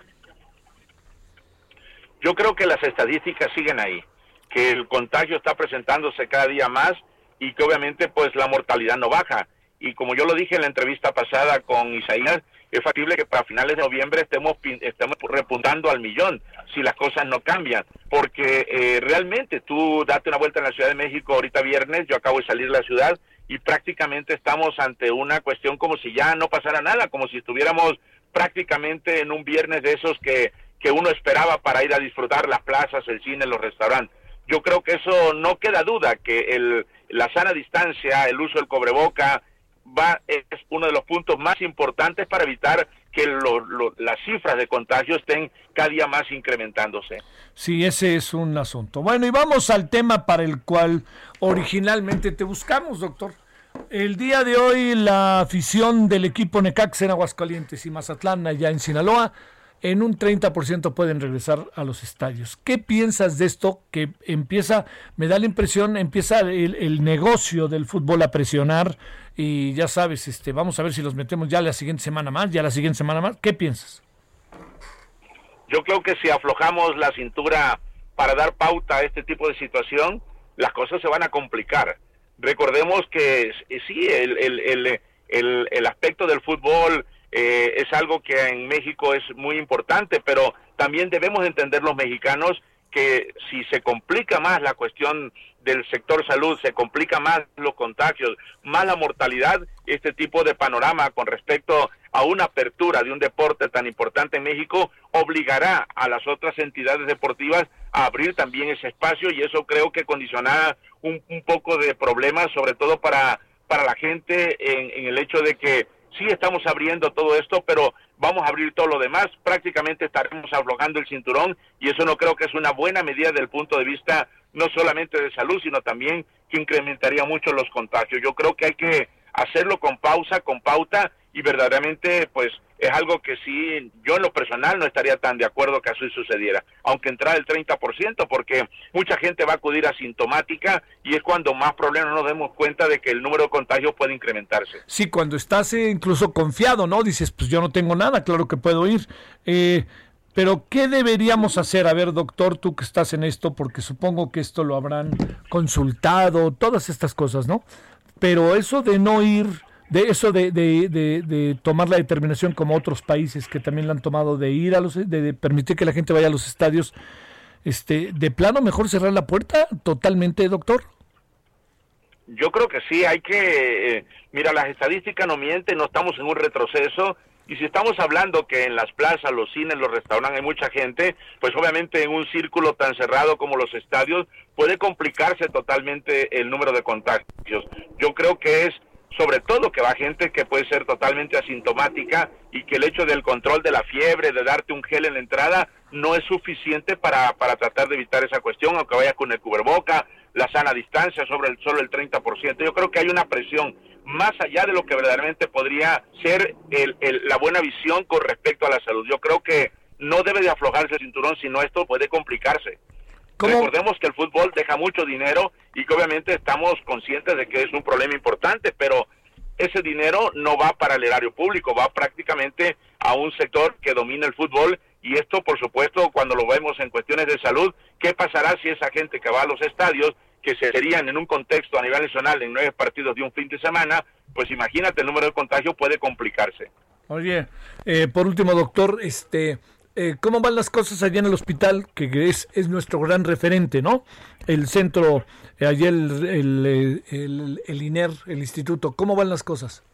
Yo creo que las estadísticas siguen ahí, que el contagio está presentándose cada día más y que obviamente pues la mortalidad no baja. Y como yo lo dije en la entrevista pasada con Isaías, es factible que para finales de noviembre estemos, estemos repuntando al millón si las cosas no cambian, porque eh, realmente tú date una vuelta en la Ciudad de México ahorita viernes, yo acabo de salir de la ciudad y prácticamente estamos ante una cuestión como si ya no pasara nada, como si estuviéramos prácticamente en un viernes de esos que, que uno esperaba para ir a disfrutar las plazas, el cine, los restaurantes. Yo creo que eso no queda duda, que el, la sana distancia, el uso del cubreboca, va es uno de los puntos más importantes para evitar que lo, lo, las cifras de contagio estén cada día más incrementándose. Sí, ese es un asunto. Bueno, y vamos al tema para el cual originalmente te buscamos, doctor. El día de hoy la afición del equipo Necaxa en Aguascalientes y Mazatlán allá en Sinaloa, en un treinta por ciento pueden regresar a los estadios. ¿Qué piensas de esto que empieza, me da la impresión, empieza el, el negocio del fútbol a presionar y ya sabes, este, vamos a ver si los metemos ya la siguiente semana más, ya la siguiente semana más? ¿Qué piensas? Yo creo que si aflojamos la cintura para dar pauta a este tipo de situación, las cosas se van a complicar. Recordemos que sí, el, el, el, el, el aspecto del fútbol Eh, es algo que en México es muy importante, pero también debemos entender los mexicanos que si se complica más la cuestión del sector salud, se complica más los contagios, más la mortalidad, este tipo de panorama con respecto a una apertura de un deporte tan importante en México obligará a las otras entidades deportivas a abrir también ese espacio y eso creo que condicionará un, un poco de problemas, sobre todo para, para la gente en, en el hecho de que sí estamos abriendo todo esto, pero vamos a abrir todo lo demás, prácticamente estaremos aflojando el cinturón y eso no creo que es una buena medida desde el punto de vista no solamente de salud, sino también que incrementaría mucho los contagios. Yo creo que hay que hacerlo con pausa, con pauta y verdaderamente pues es algo que sí, yo en lo personal no estaría tan de acuerdo que así sucediera, aunque entrara el treinta por ciento, porque mucha gente va a acudir asintomática y es cuando más problemas nos demos cuenta de que el número de contagios puede incrementarse. Sí, cuando estás eh, incluso confiado, ¿no? Dices, pues yo no tengo nada, claro que puedo ir. Eh, pero, ¿qué deberíamos hacer? A ver, doctor, tú que estás en esto, porque supongo que esto lo habrán consultado, todas estas cosas, ¿no? Pero eso de no ir... de eso de, de, de, de tomar la determinación como otros países que también la han tomado de ir a los, de, de permitir que la gente vaya a los estadios, este, de plano mejor cerrar la puerta totalmente, doctor. Yo creo que sí, hay que, eh, mira, las estadísticas no mienten, no estamos en un retroceso, y si estamos hablando que en las plazas, los cines, los restaurantes hay mucha gente, pues obviamente en un círculo tan cerrado como los estadios puede complicarse totalmente el número de contagios. Yo creo que es sobre todo que va gente que puede ser totalmente asintomática y que el hecho del control de la fiebre, de darte un gel en la entrada, no es suficiente para, para tratar de evitar esa cuestión, aunque vayas con el cubreboca, la sana distancia sobre el, solo el treinta por ciento. Yo creo que hay una presión más allá de lo que verdaderamente podría ser el, el, la buena visión con respecto a la salud. Yo creo que no debe de aflojarse el cinturón, sino esto puede complicarse. ¿Cómo? Recordemos que el fútbol deja mucho dinero y que obviamente estamos conscientes de que es un problema importante, pero ese dinero no va para el erario público, va prácticamente a un sector que domina el fútbol, y esto, por supuesto, cuando lo vemos en cuestiones de salud, ¿qué pasará si esa gente que va a los estadios, que serían en un contexto a nivel nacional en nueve partidos de un fin de semana, pues imagínate, el número de contagios puede complicarse? Oye, eh, por último, doctor, este... Eh, ¿cómo van las cosas allá en el hospital, que es, es nuestro gran referente, ¿no? El centro, eh, allá el, el, el, el I N E R, el instituto, ¿cómo van las cosas?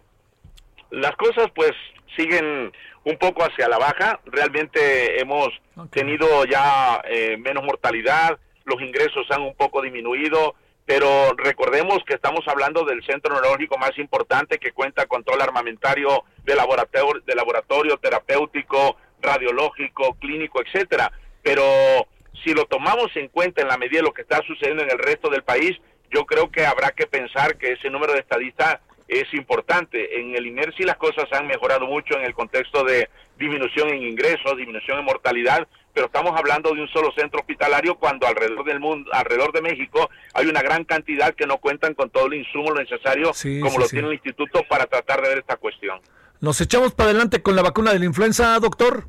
Las cosas pues siguen un poco hacia la baja, realmente hemos okay. tenido ya eh, menos mortalidad, los ingresos han un poco disminuido, pero recordemos que estamos hablando del centro neurológico más importante, que cuenta con todo el armamentario de laboratorio, de laboratorio terapéutico, radiológico, clínico, etcétera, pero si lo tomamos en cuenta en la medida de lo que está sucediendo en el resto del país, yo creo que habrá que pensar que ese número de estadistas es importante. En el I N E R sí las cosas han mejorado mucho en el contexto de disminución en ingresos, disminución en mortalidad, pero estamos hablando de un solo centro hospitalario cuando alrededor del mundo, alrededor de México, hay una gran cantidad que no cuentan con todo el insumo necesario, sí, como sí, lo sí. tiene el instituto, para tratar de ver esta cuestión. ¿Nos echamos para adelante con la vacuna de la influenza, doctor?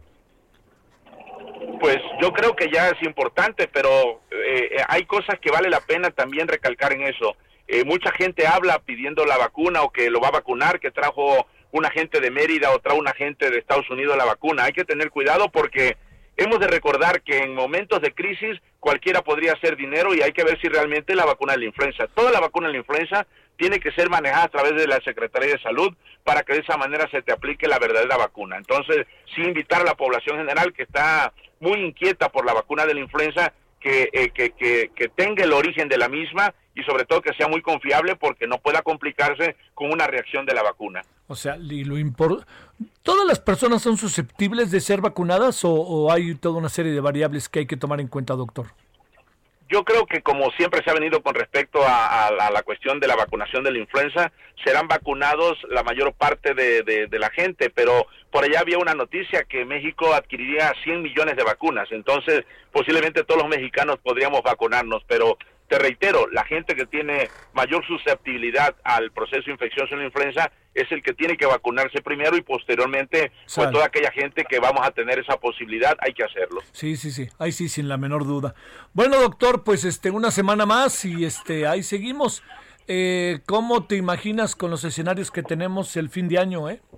Pues yo creo que ya es importante, pero eh, hay cosas que vale la pena también recalcar en eso. Eh, mucha gente habla pidiendo la vacuna o que lo va a vacunar, que trajo un agente de Mérida o trajo un agente de Estados Unidos la vacuna. Hay que tener cuidado porque hemos de recordar que en momentos de crisis cualquiera podría hacer dinero, y hay que ver si realmente la vacuna de la influenza, toda la vacuna de la influenza tiene que ser manejada a través de la Secretaría de Salud para que de esa manera se te aplique la verdadera vacuna. Entonces, sí invitar a la población general que está muy inquieta por la vacuna de la influenza, que, eh, que, que, que tenga el origen de la misma y sobre todo que sea muy confiable, porque no pueda complicarse con una reacción de la vacuna. O sea, y lo impor- ¿todas las personas son susceptibles de ser vacunadas o, o hay toda una serie de variables que hay que tomar en cuenta, doctor? Yo creo que, como siempre se ha venido con respecto a, a, a la cuestión de la vacunación de la influenza, serán vacunados la mayor parte de, de, de la gente, pero por allá había una noticia que México adquiriría cien millones de vacunas, entonces posiblemente todos los mexicanos podríamos vacunarnos, pero te reitero, la gente que tiene mayor susceptibilidad al proceso infeccioso en la influenza es el que tiene que vacunarse primero, y posteriormente, pues toda aquella gente que vamos a tener esa posibilidad, hay que hacerlo. Sí, sí, sí, ahí sí, sin la menor duda. Bueno, doctor, pues este una semana más y este ahí seguimos. Eh, ¿Cómo te imaginas con los escenarios que tenemos el fin de año, eh?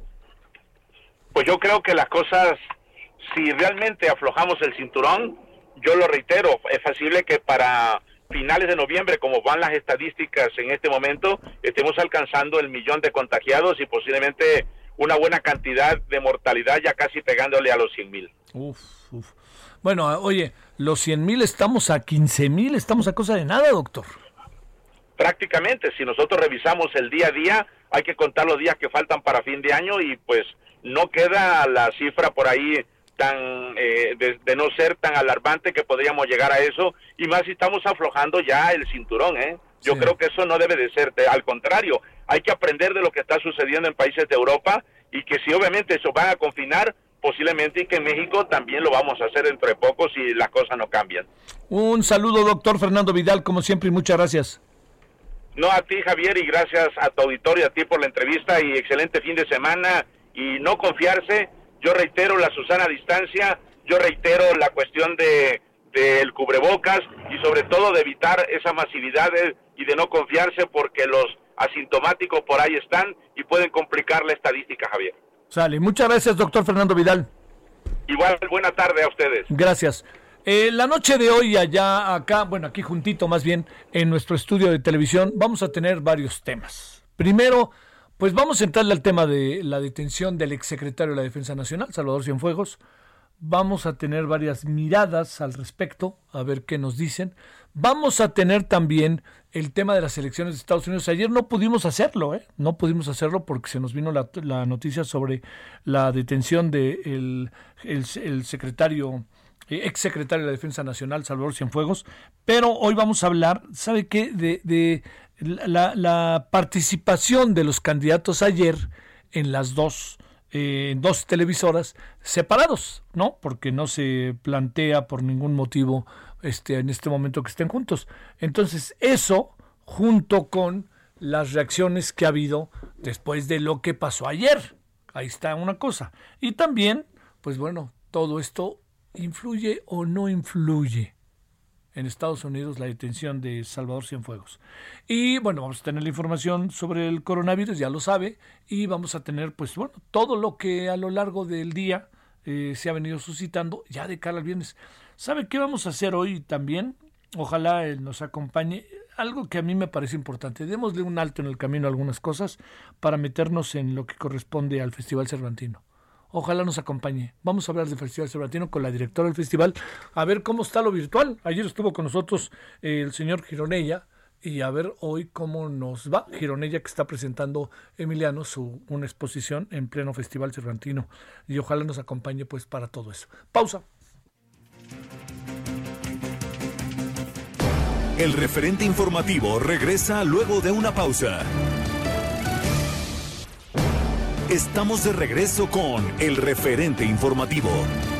Pues yo creo que las cosas, si realmente aflojamos el cinturón, yo lo reitero, es posible que para finales de noviembre, como van las estadísticas en este momento, estemos alcanzando el millón de contagiados y posiblemente una buena cantidad de mortalidad, ya casi pegándole a los cien mil. Uf, uf. Bueno, oye, los cien mil estamos a quince mil, estamos a cosa de nada, doctor. Prácticamente, si nosotros revisamos el día a día, hay que contar los días que faltan para fin de año y pues no queda la cifra por ahí tan eh, de, de no ser tan alarmante que podríamos llegar a eso, y más si estamos aflojando ya el cinturón, ¿eh? Yo sí. creo que eso no debe de ser, de, al contrario, hay que aprender de lo que está sucediendo en países de Europa, y que si obviamente eso van a confinar, posiblemente y que en México también lo vamos a hacer dentro de poco si las cosas no cambian. Un saludo, doctor Fernando Vidal, como siempre, y muchas gracias. No, a ti, Javier, y gracias a tu auditorio, a ti por la entrevista, y excelente fin de semana, y no confiarse. Yo reitero la Susana distancia, yo reitero la cuestión de del cubrebocas, y sobre todo de evitar esa masividad de, y de no confiarse, porque los asintomáticos por ahí están y pueden complicar la estadística, Javier. Sale, muchas gracias, doctor Fernando Vidal. Igual, buena tarde a ustedes. Gracias. Eh, la noche de hoy allá, acá, bueno, aquí juntito más bien, en nuestro estudio de televisión, vamos a tener varios temas. Primero, pues vamos a entrarle al tema de la detención del exsecretario de la Defensa Nacional, Salvador Cienfuegos. Vamos a tener varias miradas al respecto, a ver qué nos dicen. Vamos a tener también el tema de las elecciones de Estados Unidos. Ayer no pudimos hacerlo, ¿eh? No pudimos hacerlo porque se nos vino la, la noticia sobre la detención del de el, el, el secretario, eh, ex secretario de la Defensa Nacional, Salvador Cienfuegos. Pero hoy vamos a hablar, ¿sabe qué? De, de la, la participación de los candidatos ayer en las dos Eh, dos televisoras separados, ¿no? Porque no se plantea por ningún motivo este, en este momento que estén juntos. Entonces, eso, junto con las reacciones que ha habido después de lo que pasó ayer. Ahí está una cosa. Y también, pues bueno, todo esto influye o no influye en Estados Unidos la detención de Salvador Cienfuegos. Y bueno, vamos a tener la información sobre el coronavirus, ya lo sabe, y vamos a tener pues bueno, todo lo que a lo largo del día eh, se ha venido suscitando ya de cara al viernes. ¿Sabe qué vamos a hacer hoy también? Ojalá él nos acompañe. Algo que a mí me parece importante, démosle un alto en el camino a algunas cosas para meternos en lo que corresponde al Festival Cervantino. Ojalá nos acompañe. Vamos a hablar del Festival Cervantino con la directora del festival, a ver cómo está lo virtual. Ayer estuvo con nosotros eh, el señor Gironella, y a ver hoy cómo nos va. Gironella, que está presentando Emiliano su una exposición en pleno Festival Cervantino, y ojalá nos acompañe pues para todo eso. Pausa. El referente informativo regresa luego de una pausa. Estamos de regreso con el referente informativo.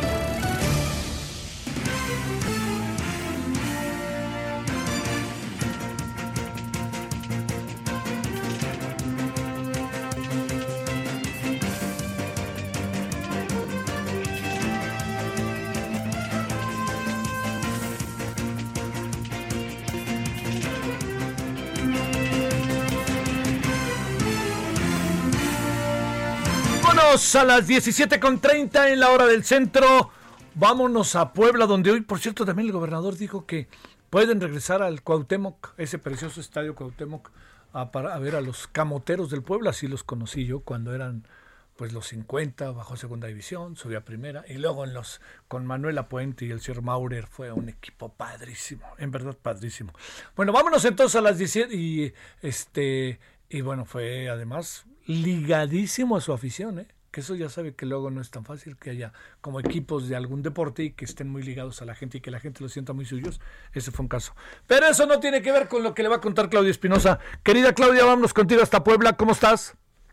A las diecisiete con treinta en la hora del centro. Vámonos a Puebla, donde hoy, por cierto, también el gobernador dijo que pueden regresar al Cuauhtémoc, ese precioso estadio Cuauhtémoc, a, para, a ver a los camoteros del Puebla. Así los conocí yo cuando eran pues los cincuenta, bajó a segunda división, subió a primera, y luego en los con Manuel Apuente y el señor Maurer fue un equipo padrísimo, en verdad padrísimo. Bueno, vámonos entonces a las diecisiete y este y bueno, fue además ligadísimo a su afición, ¿eh? Que eso ya sabe que luego no es tan fácil que haya como equipos de algún deporte y que estén muy ligados a la gente y que la gente los sienta muy suyos. Ese fue un caso. Pero eso no tiene que ver con lo que le va a contar Claudia Espinosa. Querida Claudia, vámonos contigo hasta Puebla. ¿Cómo estás?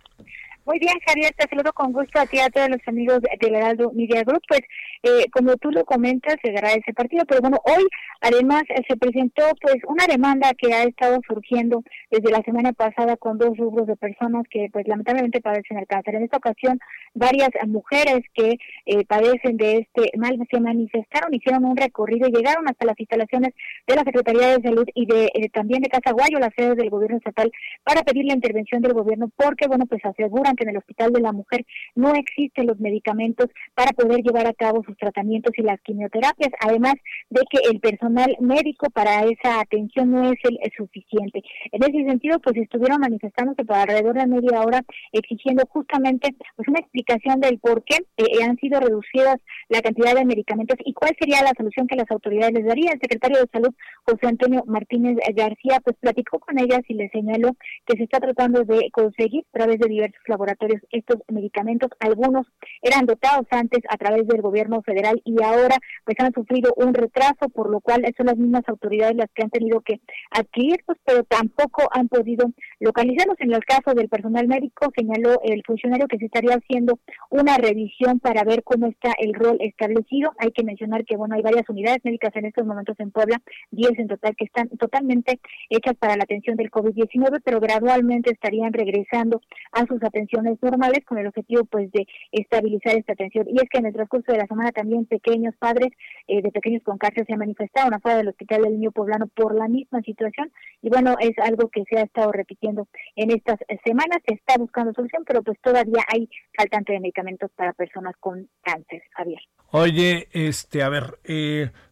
Muy bien, Javier, te saludo con gusto a ti y a todos los amigos del Heraldo Media Group. Pues, eh, como tú lo comentas, se dará ese partido, pero bueno, hoy además eh, se presentó pues una demanda que ha estado surgiendo desde la semana pasada con dos grupos de personas que pues lamentablemente padecen el cáncer. En esta ocasión, varias mujeres que eh, padecen de este mal se manifestaron, hicieron un recorrido y llegaron hasta las instalaciones de la Secretaría de Salud y de eh, también de Casaguayo, la sede del gobierno estatal, para pedir la intervención del gobierno porque, bueno, pues aseguran que en el Hospital de la Mujer no existen los medicamentos para poder llevar a cabo sus tratamientos y las quimioterapias, además de que el personal médico para esa atención no es el, el suficiente. En ese sentido, pues estuvieron manifestándose por alrededor de media hora exigiendo justamente pues una explicación del por qué eh, han sido reducidas la cantidad de medicamentos y cuál sería la solución que las autoridades les darían. El secretario de Salud, José Antonio Martínez García, pues platicó con ellas y les señaló que se está tratando de conseguir a través de diversos laboratorios estos medicamentos. Algunos eran dotados antes a través del gobierno federal y ahora pues han sufrido un retraso, por lo cual son las mismas autoridades las que han tenido que adquirirlos, pero tampoco han podido localizarlos. En el caso del personal médico, señaló el funcionario que se estaría haciendo una revisión para ver cómo está el rol establecido. Hay que mencionar que bueno, hay varias unidades médicas en estos momentos en Puebla, diez en total, que están totalmente hechas para la atención del COVID diecinueve, pero gradualmente estarían regresando a sus atenciones normales con el objetivo pues de estabilizar esta atención. Y es que en el transcurso de la semana también pequeños padres eh, de pequeños con cáncer se manifestaron afuera del Hospital del Niño Poblano por la misma situación y bueno, es algo que se ha estado repitiendo en estas semanas. Se está buscando solución, pero pues todavía hay faltante de medicamentos para personas con cáncer, Javier. Oye, este, a ver, eh,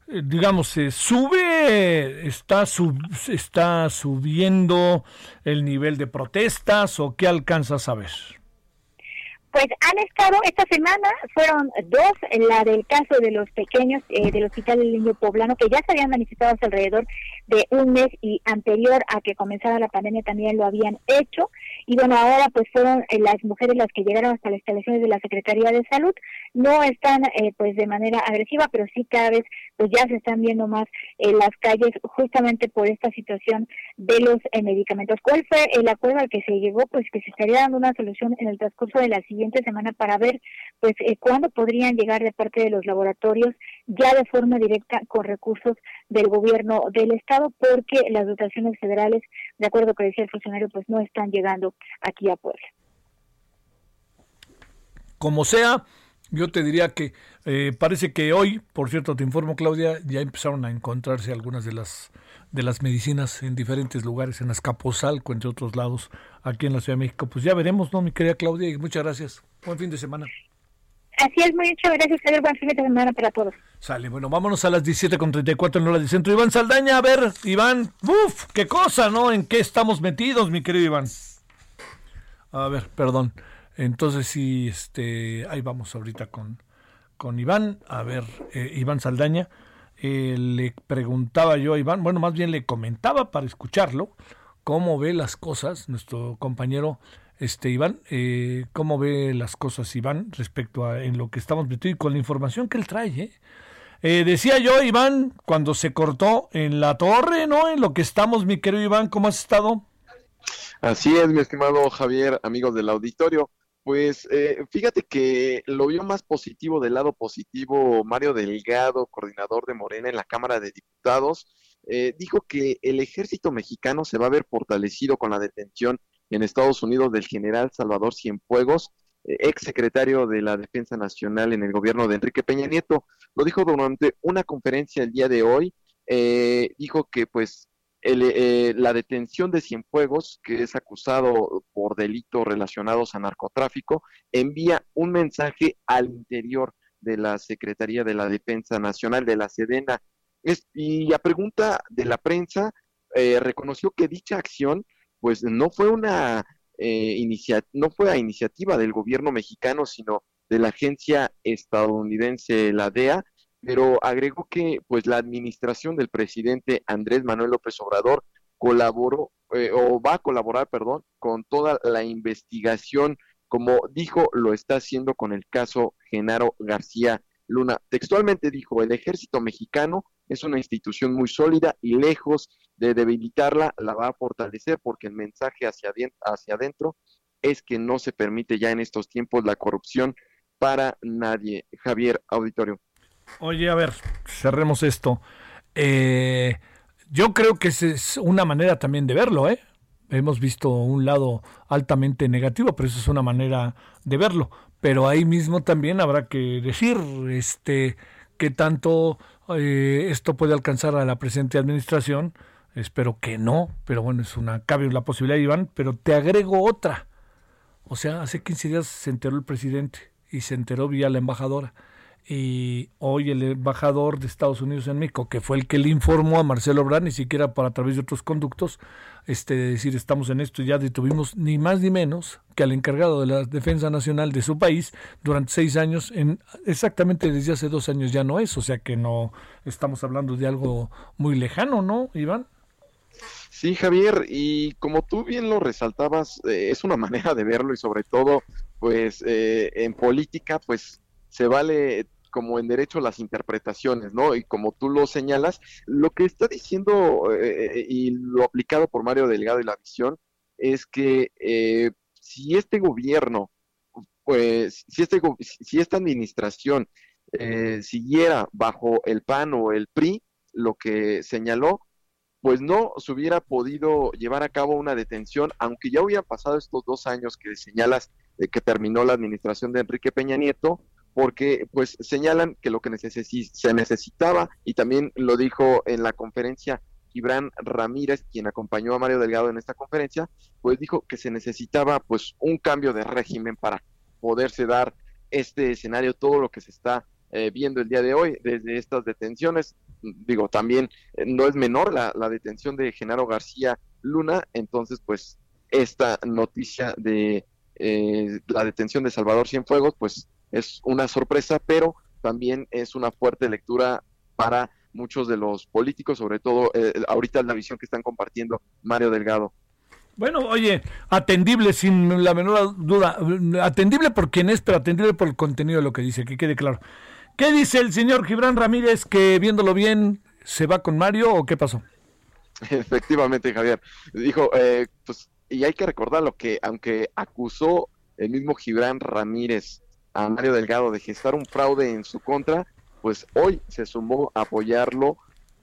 eh, digamos, eh, sube, está, sub, está subiendo el nivel de protestas o qué alcanzas a ver? Pues han estado, esta semana fueron dos, la del caso de los pequeños eh, del Hospital del Niño Poblano, que ya se habían manifestado hace alrededor de un mes y anterior a que comenzara la pandemia también lo habían hecho. Y bueno, ahora pues fueron eh, las mujeres las que llegaron hasta las instalaciones de la Secretaría de Salud. No están eh, pues de manera agresiva, pero sí cada vez pues ya se están viendo más en eh, las calles justamente por esta situación de los eh, medicamentos. ¿Cuál fue el acuerdo al que se llegó? Pues que se estaría dando una solución en el transcurso de la siguiente semana para ver pues eh, cuándo podrían llegar de parte de los laboratorios ya de forma directa con recursos del gobierno del estado, porque las dotaciones federales, de acuerdo con lo que decía el funcionario, pues no están llegando aquí a Puebla. Como sea, yo te diría que eh, parece que hoy, por cierto, te informo, Claudia, ya empezaron a encontrarse algunas de las de las medicinas en diferentes lugares, en Azcapotzalco, entre otros lados, aquí en la Ciudad de México. Pues ya veremos, ¿no, mi querida Claudia? Y muchas gracias. Buen fin de semana. Así es, muy muchas gracias, Javier. Buen fin de semana para todos. Sale, bueno, vámonos a las diecisiete con treinta y cuatro en hora del centro. Iván Saldaña, a ver, Iván, uf, qué cosa, ¿no? ¿En qué estamos metidos, mi querido Iván? A ver, perdón. Entonces sí, este, ahí vamos ahorita con, con Iván. A ver, eh, Iván Saldaña. Eh, le preguntaba yo a Iván, bueno, más bien le comentaba para escucharlo, cómo ve las cosas, nuestro compañero este Iván, eh, cómo ve las cosas Iván respecto a en lo que estamos metidos y con la información que él trae. ¿eh? Eh, decía yo, Iván, cuando se cortó en la torre, ¿no? En lo que estamos, mi querido Iván, ¿cómo has estado? Así es, mi estimado Javier, amigos del auditorio. Pues eh, fíjate que lo vio más positivo, del lado positivo, Mario Delgado, coordinador de Morena en la Cámara de Diputados, eh, dijo que el ejército mexicano se va a ver fortalecido con la detención en Estados Unidos del general Salvador Cienfuegos, eh, ex secretario de la Defensa Nacional en el gobierno de Enrique Peña Nieto. Lo dijo durante una conferencia el día de hoy, eh, dijo que pues El, eh, la detención de Cienfuegos, que es acusado por delitos relacionados a narcotráfico, envía un mensaje al interior de la Secretaría de la Defensa Nacional, de la Sedena. Es, y a pregunta de la prensa, eh, reconoció que dicha acción pues no fue una eh, inicia- no fue a iniciativa del gobierno mexicano, sino de la agencia estadounidense, la D E A, pero agregó que pues la administración del presidente Andrés Manuel López Obrador colaboró eh, o va a colaborar, perdón, con toda la investigación, como dijo, lo está haciendo con el caso Genaro García Luna. Textualmente dijo: el ejército mexicano es una institución muy sólida y lejos de debilitarla, la va a fortalecer, porque el mensaje hacia adentro, hacia adentro es que no se permite ya en estos tiempos la corrupción para nadie. Javier, auditorio. Oye, a ver, cerremos esto. Eh, yo creo que esa es una manera también de verlo, ¿eh? Hemos visto un lado altamente negativo, pero eso es una manera de verlo. Pero ahí mismo también habrá que decir este, qué tanto eh, esto puede alcanzar a la presente administración. Espero que no, pero bueno, es una cabe la posibilidad, Iván. Pero te agrego otra. O sea, hace quince días se enteró el presidente y se enteró vía la embajadora. Y hoy el embajador de Estados Unidos en México, que fue el que le informó a Marcelo Ebrard, ni siquiera para a través de otros conductos, este decir estamos en esto, y ya detuvimos ni más ni menos que al encargado de la Defensa Nacional de su país durante seis años, en exactamente desde hace dos años ya no es, o sea que no estamos hablando de algo muy lejano, ¿no, Iván? Sí, Javier, y como tú bien lo resaltabas, eh, es una manera de verlo, y sobre todo, pues eh, en política, pues se vale como en derecho las interpretaciones, ¿no? Y como tú lo señalas, lo que está diciendo eh, y lo aplicado por Mario Delgado y la visión es que eh, si este gobierno, pues, si este si esta administración eh, siguiera bajo el P A N o el P R I, lo que señaló, pues no se hubiera podido llevar a cabo una detención, aunque ya hubieran pasado estos dos años que señalas eh, que terminó la administración de Enrique Peña Nieto, porque pues señalan que lo que necesi- se necesitaba, y también lo dijo en la conferencia Gibran Ramírez, quien acompañó a Mario Delgado en esta conferencia, pues dijo que se necesitaba pues un cambio de régimen para poderse dar este escenario, todo lo que se está eh, viendo el día de hoy, desde estas detenciones. digo, también eh, no es menor la, la detención de Genaro García Luna, entonces pues esta noticia de eh, la detención de Salvador Cienfuegos pues es una sorpresa, pero también es una fuerte lectura para muchos de los políticos, sobre todo eh, ahorita la visión que están compartiendo Mario Delgado. Bueno, oye, atendible sin la menor duda, atendible por quien es, pero atendible por el contenido de lo que dice, que quede claro. ¿Qué dice el señor Gibran Ramírez, que viéndolo bien se va con Mario o qué pasó? Efectivamente, Javier, dijo, eh, pues, y hay que recordar lo que, aunque acusó el mismo Gibran Ramírez a Mario Delgado de gestar un fraude en su contra, pues hoy se sumó a apoyarlo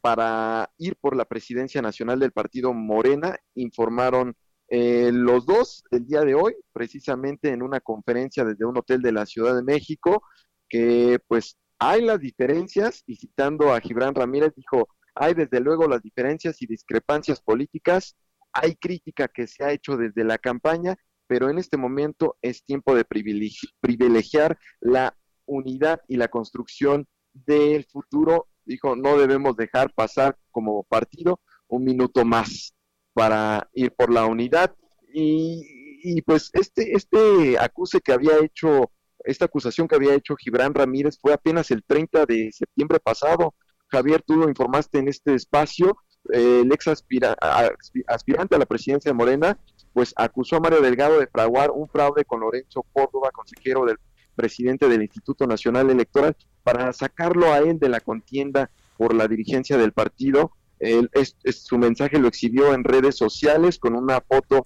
para ir por la presidencia nacional del partido Morena. Informaron eh, los dos el día de hoy, precisamente en una conferencia desde un hotel de la Ciudad de México, que pues hay las diferencias, y citando a Gibran Ramírez, dijo, hay desde luego las diferencias y discrepancias políticas, hay crítica que se ha hecho desde la campaña, pero en este momento es tiempo de privilegi- privilegiar la unidad y la construcción del futuro. Dijo, no debemos dejar pasar como partido un minuto más para ir por la unidad. Y, y pues este, este acuse que había hecho, esta acusación que había hecho Gibran Ramírez fue apenas el treinta de septiembre pasado. Javier, tú lo informaste en este espacio, eh, el ex aspira, aspirante a la presidencia de Morena, pues acusó a Mario Delgado de fraguar un fraude con Lorenzo Córdoba, consejero del presidente del Instituto Nacional Electoral, para sacarlo a él de la contienda por la dirigencia del partido. Él, es, es, su mensaje lo exhibió en redes sociales con una foto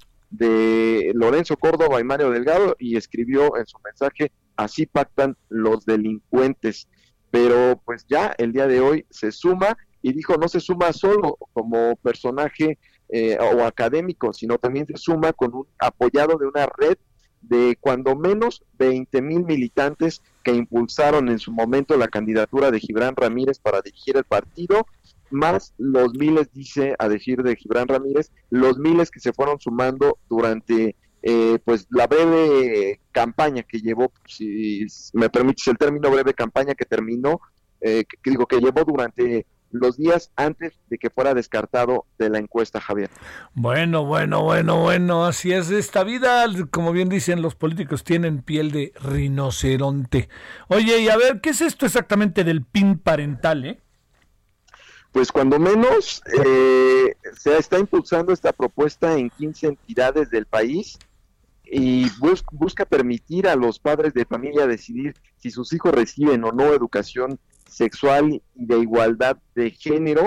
de Lorenzo Córdoba y Mario Delgado, y escribió en su mensaje, así pactan los delincuentes. Pero pues ya el día de hoy se suma, y dijo, no se suma solo como personaje eh, o académico, sino también se suma con un apoyado de una red de cuando menos veinte mil militantes que impulsaron en su momento la candidatura de Gibran Ramírez para dirigir el partido, más los miles, dice, a decir de Gibran Ramírez, los miles que se fueron sumando durante eh, pues la breve campaña que llevó, si me permites el término, breve campaña que terminó, eh, que digo que llevó durante los días antes de que fuera descartado de la encuesta, Javier. Bueno, bueno, bueno, bueno, así es esta vida, como bien dicen los políticos, tienen piel de rinoceronte. Oye, y a ver, ¿qué es esto exactamente del P I N parental, eh? Pues cuando menos eh, se está impulsando esta propuesta en quince entidades del país, y bus- busca permitir a los padres de familia decidir si sus hijos reciben o no educación sexual y de igualdad de género.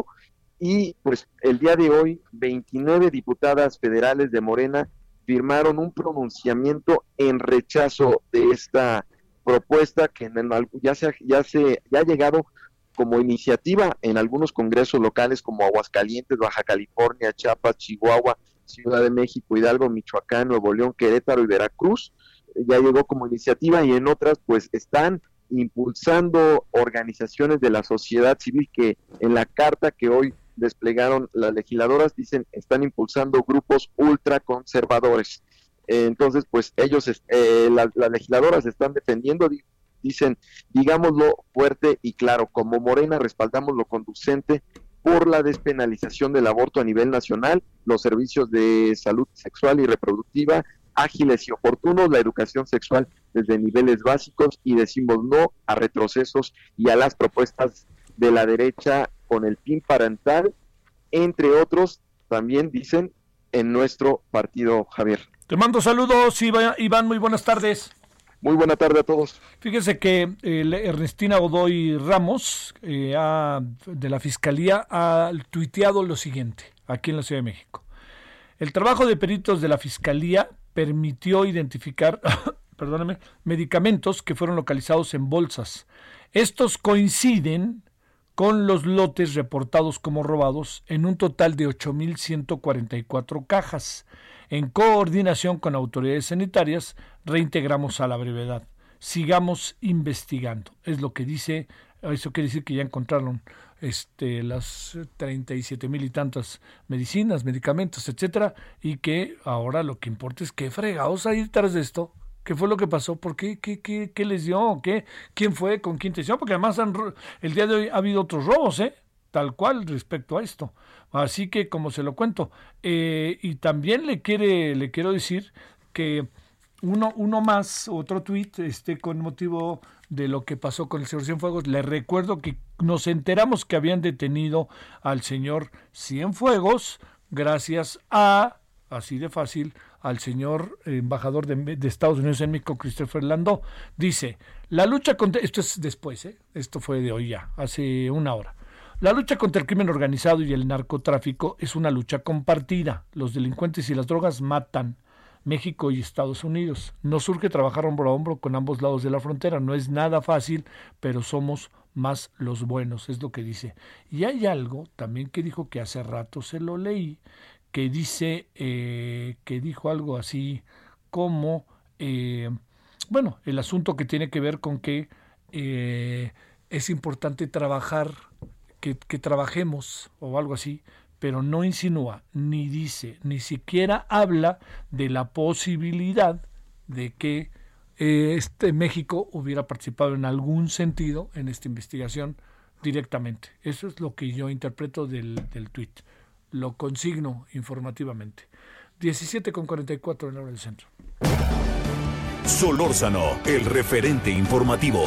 Y pues el día de hoy veintinueve diputadas federales de Morena firmaron un pronunciamiento en rechazo de esta propuesta que en el, ya se ya se ya ha llegado como iniciativa en algunos congresos locales como Aguascalientes, Baja California, Chiapas, Chihuahua, Ciudad de México, Hidalgo, Michoacán, Nuevo León, Querétaro y Veracruz. Ya llegó como iniciativa, y en otras pues están impulsando organizaciones de la sociedad civil que en la carta que hoy desplegaron las legisladoras dicen están impulsando grupos ultraconservadores. Eh, entonces pues ellos, eh, las, las legisladoras están defendiendo, dicen, digámoslo fuerte y claro, como Morena respaldamos lo conducente por la despenalización del aborto a nivel nacional, los servicios de salud sexual y reproductiva ágiles y oportunos, la educación sexual desde niveles básicos, y decimos no a retrocesos y a las propuestas de la derecha con el P I N parental, entre otros, también dicen en nuestro partido, Javier. Te mando saludos, Iván, muy buenas tardes. Muy buena tarde a todos. Fíjese que eh, Ernestina Godoy Ramos, eh, ha, de la Fiscalía, ha tuiteado lo siguiente, aquí en la Ciudad de México. El trabajo de peritos de la Fiscalía permitió identificar, perdóname, medicamentos que fueron localizados en bolsas. Estos coinciden con los lotes reportados como robados en un total de ocho mil ciento cuarenta y cuatro cajas. En coordinación con autoridades sanitarias, reintegramos a la brevedad. Sigamos investigando. Es lo que dice, eso quiere decir que ya encontraron este, las treinta y siete mil y tantas medicinas, medicamentos, etcétera, y que ahora lo que importa es qué fregados hay detrás de esto. ¿Qué fue lo que pasó? ¿Por qué? ¿Qué, qué, qué les dio? ¿Qué? ¿Quién fue? ¿Con qué intención? Porque además han, el día de hoy ha habido otros robos, ¿eh? tal cual respecto a esto. Así que como se lo cuento, eh, y también le quiere, le quiero decir que uno, uno más, otro tuit, este, con motivo de lo que pasó con el señor Cienfuegos, le recuerdo que nos enteramos que habían detenido al señor Cienfuegos gracias a, así de fácil, al señor embajador de, de Estados Unidos en México, Christopher Landau. Dice, la lucha contra, esto es después, ¿eh? Esto fue de hoy ya, hace una hora. La lucha contra el crimen organizado y el narcotráfico es una lucha compartida. Los delincuentes y las drogas matan. México y Estados Unidos. Nos surge trabajar hombro a hombro con ambos lados de la frontera. No es nada fácil, pero somos más los buenos, es lo que dice. Y hay algo también que dijo que hace rato se lo leí, que dice, eh, que dijo algo así como, eh, bueno, el asunto que tiene que ver con que eh, es importante trabajar, que, que trabajemos o algo así, pero no insinúa, ni dice, ni siquiera habla de la posibilidad de que eh, este México hubiera participado en algún sentido en esta investigación directamente. Eso es lo que yo interpreto del, del tuit. Lo consigno informativamente. diecisiete con cuarenta y cuatro en la hora del centro. Solórzano, el referente informativo.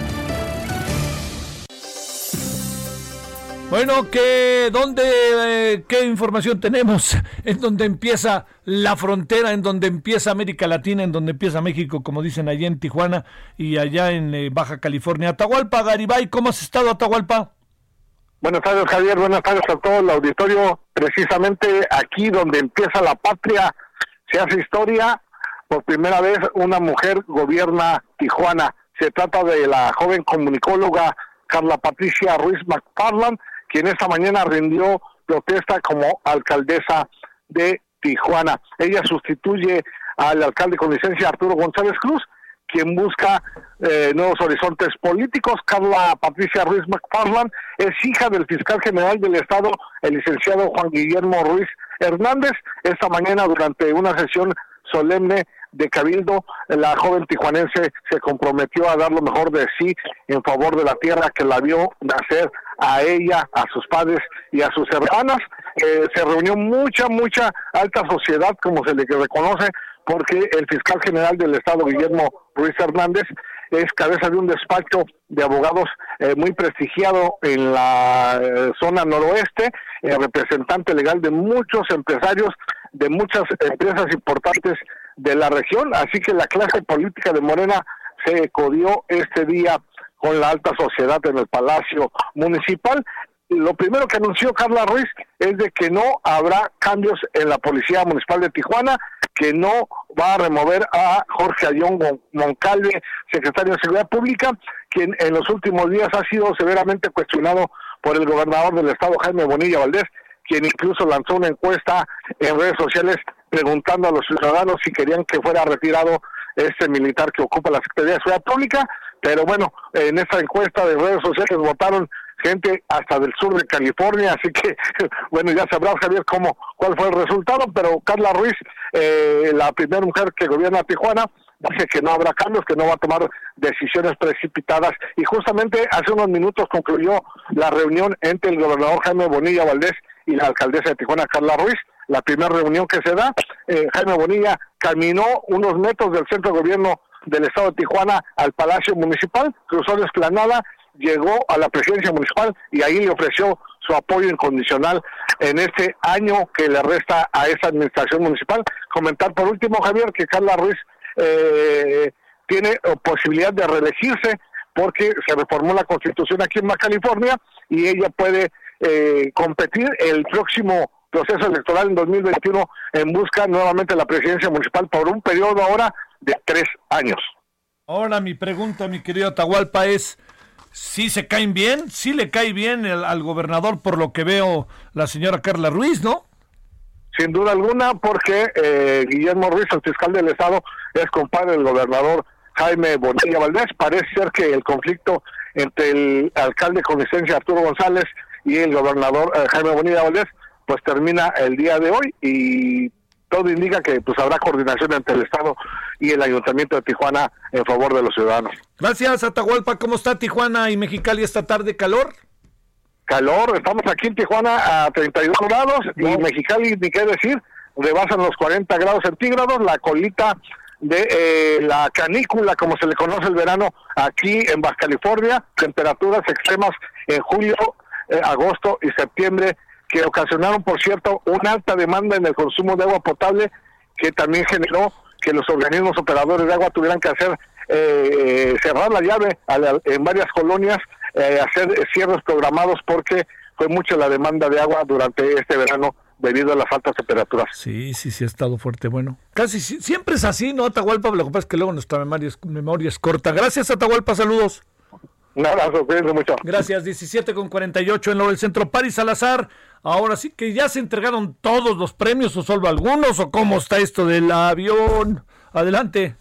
Bueno, ¿qué, dónde, eh, qué información tenemos? En donde empieza la frontera, en donde empieza América Latina, en donde empieza México, como dicen allá en Tijuana y allá en eh, Baja California. Atahualpa Garibay, ¿cómo has estado, Atahualpa? Buenas tardes, Javier, buenas tardes a todo el auditorio. Precisamente aquí donde empieza la patria, se hace historia. Por primera vez una mujer gobierna Tijuana. Se trata de la joven comunicóloga Carla Patricia Ruiz McFarland, quien esta mañana rindió protesta como alcaldesa de Tijuana. Ella sustituye al alcalde con licencia Arturo González Cruz, quien busca eh, nuevos horizontes políticos. Carla Patricia Ruiz McFarland es hija del fiscal general del Estado, el licenciado Juan Guillermo Ruiz Hernández. Esta mañana, durante una sesión solemne de Cabildo, la joven tijuanense se comprometió a dar lo mejor de sí en favor de la tierra que la vio nacer a ella, a sus padres y a sus hermanas. Eh, se reunió mucha, mucha alta sociedad, como se le reconoce, porque el fiscal general del Estado, Guillermo Ruiz Hernández, es cabeza de un despacho de abogados eh, muy prestigiado en la eh, zona noroeste, eh, representante legal de muchos empresarios, de muchas empresas importantes de la región, así que la clase política de Morena se codió este día con la alta sociedad en el Palacio Municipal. Lo primero que anunció Carla Ruiz es de que no habrá cambios en la Policía Municipal de Tijuana, que no va a remover a Jorge Ayón Moncalve, secretario de Seguridad Pública, quien en los últimos días ha sido severamente cuestionado por el gobernador del estado, Jaime Bonilla Valdés, quien incluso lanzó una encuesta en redes sociales preguntando a los ciudadanos si querían que fuera retirado este militar que ocupa la Secretaría de Seguridad Pública. Pero bueno, en esta encuesta de redes sociales votaron gente hasta del sur de California, así que bueno, ya sabrás, Javier, cómo, cuál fue el resultado. Pero Carla Ruiz, eh, la primera mujer que gobierna Tijuana, dice que no habrá cambios, que no va a tomar decisiones precipitadas, y justamente hace unos minutos concluyó la reunión entre el gobernador Jaime Bonilla Valdés y la alcaldesa de Tijuana, Carla Ruiz. La primera reunión que se da, eh, Jaime Bonilla caminó unos metros del centro de gobierno del estado de Tijuana al Palacio Municipal, cruzó la explanada, llegó a la presidencia municipal y ahí le ofreció su apoyo incondicional en este año que le resta a esa administración municipal. Comentar por último, Javier, que Carla Ruiz eh, tiene posibilidad de reelegirse porque se reformó la Constitución aquí en Baja California y ella puede eh, competir el próximo proceso electoral en dos mil veintiuno en busca nuevamente de la presidencia municipal por un periodo ahora de tres años. Ahora mi pregunta, mi querido Atahualpa, es ¿sí se caen bien? ¿Sí le cae bien el, al gobernador por lo que veo la señora Carla Ruiz, no? Sin duda alguna, porque eh, Guillermo Ruiz, el fiscal del estado, es compadre del gobernador Jaime Bonilla Valdés. Parece ser que el conflicto entre el alcalde con licencia Arturo González y el gobernador eh, Jaime Bonilla Valdés pues termina el día de hoy, y todo indica que pues habrá coordinación entre el estado y el ayuntamiento de Tijuana en favor de los ciudadanos. Gracias, Atahualpa. ¿Cómo está Tijuana y Mexicali esta tarde? ¿Calor? calor, estamos aquí en Tijuana a treinta y dos grados y Mexicali, ni qué decir, rebasan los cuarenta grados centígrados, la colita de eh, la canícula, como se le conoce el verano aquí en Baja California, temperaturas extremas en julio, eh, agosto y septiembre, que ocasionaron, por cierto, una alta demanda en el consumo de agua potable, que también generó que los organismos operadores de agua tuvieran que hacer eh, cerrar la llave a la, en varias colonias, eh, hacer cierres programados, porque fue mucha la demanda de agua durante este verano debido a las altas temperaturas. Sí, sí, sí ha estado fuerte. Bueno, casi si, siempre es así, ¿no, Atahualpa? Lo que pasa es que luego nuestra memoria es, memoria es corta. Gracias, Atahualpa, saludos. Un abrazo, cuídense mucho. Gracias, diecisiete con cuarenta y ocho en lo del Centro. Paris Salazar, ahora sí que ya se entregaron todos los premios, o solo algunos, o cómo está esto del avión. Adelante.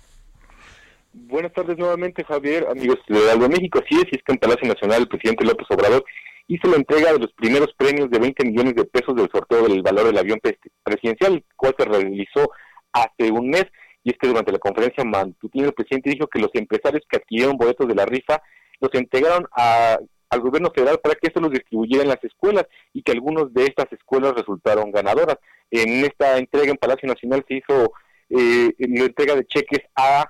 Buenas tardes nuevamente, Javier, amigos de Algo México. Sí es, y es que en Palacio Nacional el presidente López Obrador hizo la entrega de los primeros premios de veinte millones de pesos del sorteo del valor del avión presidencial, el cual se realizó hace un mes. Y es que durante la conferencia matutina el presidente dijo que los empresarios que adquirieron boletos de la rifa los entregaron a, al gobierno federal para que esto los distribuyera en las escuelas, y que algunos de estas escuelas resultaron ganadoras. En esta entrega en Palacio Nacional se hizo eh, la entrega de cheques a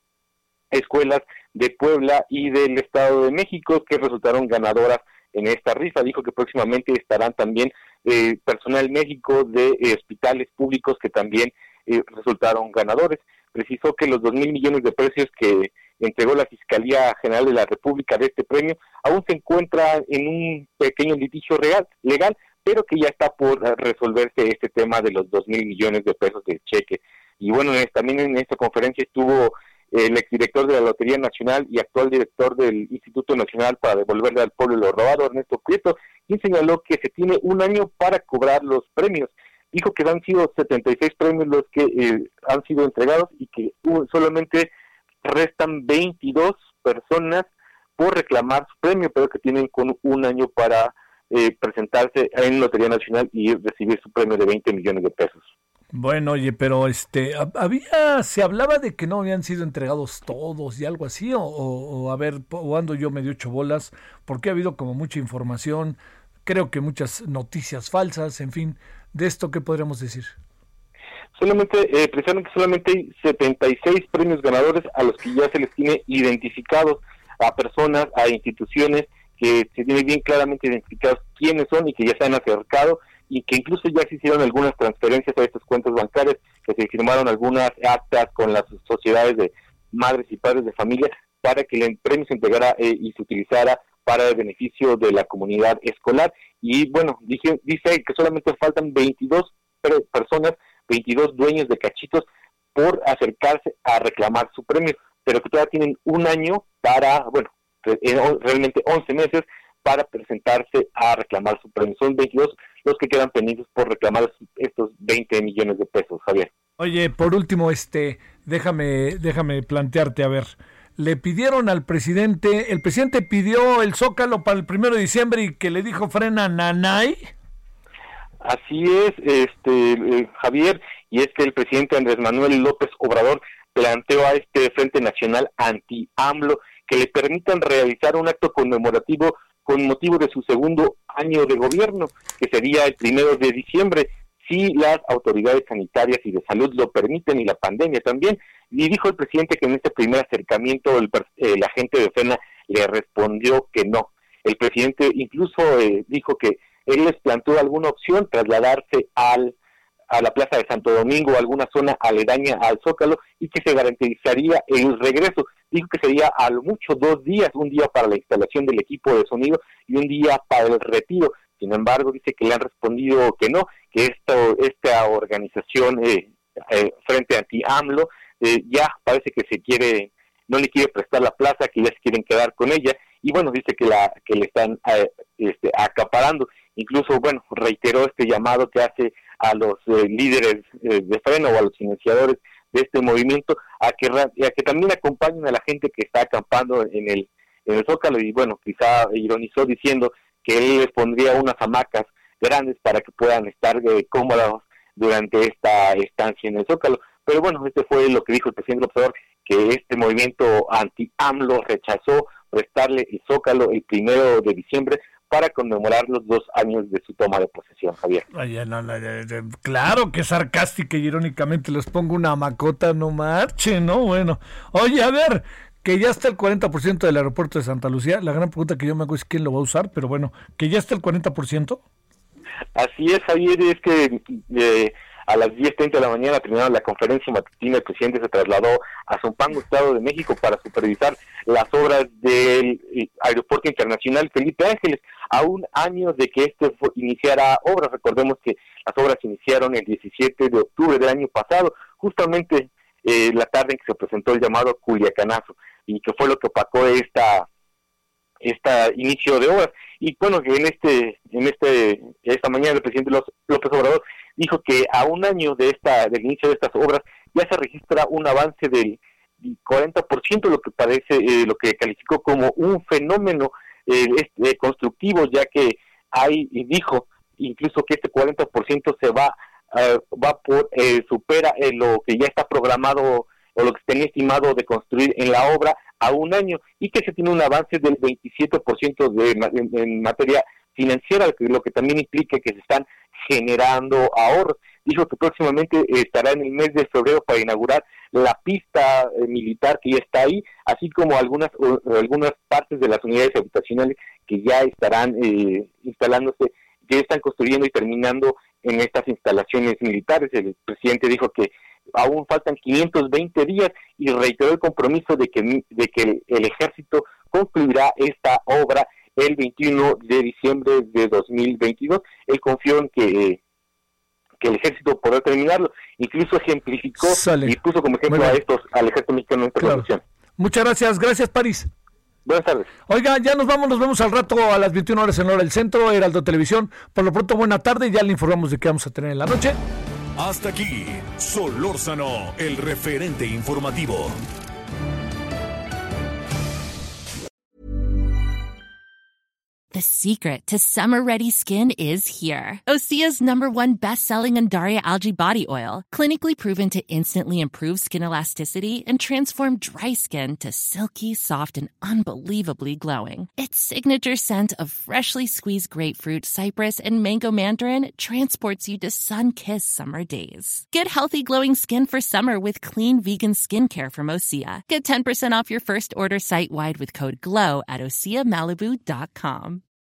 escuelas de Puebla y del Estado de México que resultaron ganadoras en esta rifa. Dijo que próximamente estarán también eh, personal médico de eh, hospitales públicos que también eh, resultaron ganadores. Precisó que los dos mil millones de pesos que entregó la Fiscalía General de la República de este premio aún se encuentra en un pequeño litigio real, legal, pero que ya está por resolverse este tema de los dos mil millones de pesos del cheque. Y bueno, también en esta conferencia estuvo el exdirector de la Lotería Nacional y actual director del Instituto Nacional para Devolverle al Pueblo lo Robado, Ernesto Prieto, quien señaló que se tiene un año para cobrar los premios. Dijo que han sido setenta y seis premios los que eh, han sido entregados y que uh, solamente restan veintidós personas por reclamar su premio, pero que tienen con un año para eh, presentarse en Lotería Nacional y recibir su premio de veinte millones de pesos. Bueno, oye, pero este, había, se hablaba de que no habían sido entregados todos y algo así, o, o, o a ver, o ando yo medio ocho bolas, porque ha habido como mucha información, creo que muchas noticias falsas, en fin, de esto, ¿qué podríamos decir? Solamente, eh, precisamente solamente hay setenta y seis premios ganadores a los que ya se les tiene identificados, a personas, a instituciones que se tiene bien claramente identificados quiénes son y que ya se han acercado, y que incluso ya se hicieron algunas transferencias a estas cuentas bancarias, que se firmaron algunas actas con las sociedades de madres y padres de familia para que el premio se entregara eh, y se utilizara para el beneficio de la comunidad escolar. Y bueno, dice, dice que solamente faltan veintidós personas, veintidós dueños de cachitos por acercarse a reclamar su premio, pero que todavía tienen un año para, bueno, realmente once meses para presentarse a reclamar su premio. Son veintidós los que quedan pendientes por reclamar estos veinte millones de pesos, Javier. Oye, por último, este, déjame, déjame plantearte, a ver, le pidieron al presidente, el presidente pidió el Zócalo para el primero de diciembre y que le dijo frena nanay. Así es, este eh, Javier, y es que el presidente Andrés Manuel López Obrador planteó a este Frente Nacional Anti-AMLO que le permitan realizar un acto conmemorativo con motivo de su segundo año de gobierno, que sería el primero de diciembre, si las autoridades sanitarias y de salud lo permiten y la pandemia también. Y dijo el presidente que en este primer acercamiento el, el agente de Frena le respondió que no. El presidente incluso eh, dijo que él les planteó alguna opción, trasladarse al a la Plaza de Santo Domingo o alguna zona aledaña al Zócalo, y que se garantizaría el regreso. Dijo que sería a lo mucho dos días, un día para la instalación del equipo de sonido y un día para el retiro. Sin embargo, dice que le han respondido que no, que esto, esta organización eh, eh, Frente Anti-AMLO eh, ya parece que se quiere, no le quiere prestar la plaza, que ya se quieren quedar con ella, y bueno, dice que la que le están eh, este, acaparando. Incluso, bueno, reiteró este llamado que hace a los eh, líderes eh, de Frena o a los iniciadores de este movimiento a que a que también acompañen a la gente que está acampando en el en el Zócalo. Y bueno, quizá ironizó diciendo que él les pondría unas hamacas grandes para que puedan estar eh, cómodos durante esta estancia en el Zócalo. Pero bueno, este fue lo que dijo el presidente López Obrador, que este movimiento anti-AMLO rechazó prestarle el Zócalo el primero de diciembre para conmemorar los dos años de su toma de posesión, Javier. Ay, no, no, no, claro que sarcástica y irónicamente les pongo una macota, no marche, ¿no? Bueno, oye, a ver, que ya está el cuarenta por ciento del aeropuerto de Santa Lucía. La gran pregunta que yo me hago es quién lo va a usar, pero bueno, que ya está el cuarenta por ciento. Así es, Javier, es que eh, a las diez treinta de la mañana terminada la conferencia matutina, el presidente se trasladó a Zumpango, Estado de México, para supervisar las obras del Aeropuerto Internacional Felipe Ángeles, a un año de que este fue, iniciara obras. Recordemos que las obras iniciaron el diecisiete de octubre del año pasado, justamente eh, la tarde en que se presentó el llamado Culiacanazo, y que fue lo que opacó esta este inicio de obras. Y bueno, que en este en este esta mañana el presidente López Obrador dijo que a un año de esta del inicio de estas obras ya se registra un avance del cuarenta por ciento, lo que parece eh, lo que calificó como un fenómeno eh, este, constructivo, ya que hay, y dijo incluso que este cuarenta por ciento se va uh, va por eh, supera eh, lo que ya está programado o lo que se tenía estimado de construir en la obra a un año, y que se tiene un avance del veintisiete por ciento de, en, en materia financiera, lo que también implica que se están generando ahorros. Dijo que próximamente estará en el mes de febrero para inaugurar la pista eh, militar que ya está ahí, así como algunas o, algunas partes de las unidades habitacionales que ya estarán eh, instalándose, ya están construyendo y terminando en estas instalaciones militares. El presidente dijo que aún faltan quinientos veinte días y reiteró el compromiso de que de que el, el ejército concluirá esta obra el veintiuno de diciembre de dos mil veintidós. Él confió en que, eh, que el ejército podrá terminarlo. Incluso ejemplificó Sale. y puso como ejemplo a estos al ejército mexicano en esta claro. Muchas gracias, gracias París. Buenas tardes. Oiga, ya nos vamos, nos vemos al rato a las veintiuna horas en Hora del Centro, Heraldo Televisión. Por lo pronto, buena tarde, ya le informamos de qué vamos a tener en la noche. Hasta aquí, Solórzano, el referente informativo. The secret to summer-ready skin is here. Osea's number one best-selling Undaria Algae Body Oil, clinically proven to instantly improve skin elasticity and transform dry skin to silky, soft, and unbelievably glowing. Its signature scent of freshly squeezed grapefruit, cypress, and mango mandarin transports you to sun-kissed summer days. Get healthy, glowing skin for summer with clean vegan skincare from Osea. Get ten percent off your first order site-wide with code GLOW at osea malibu dot com.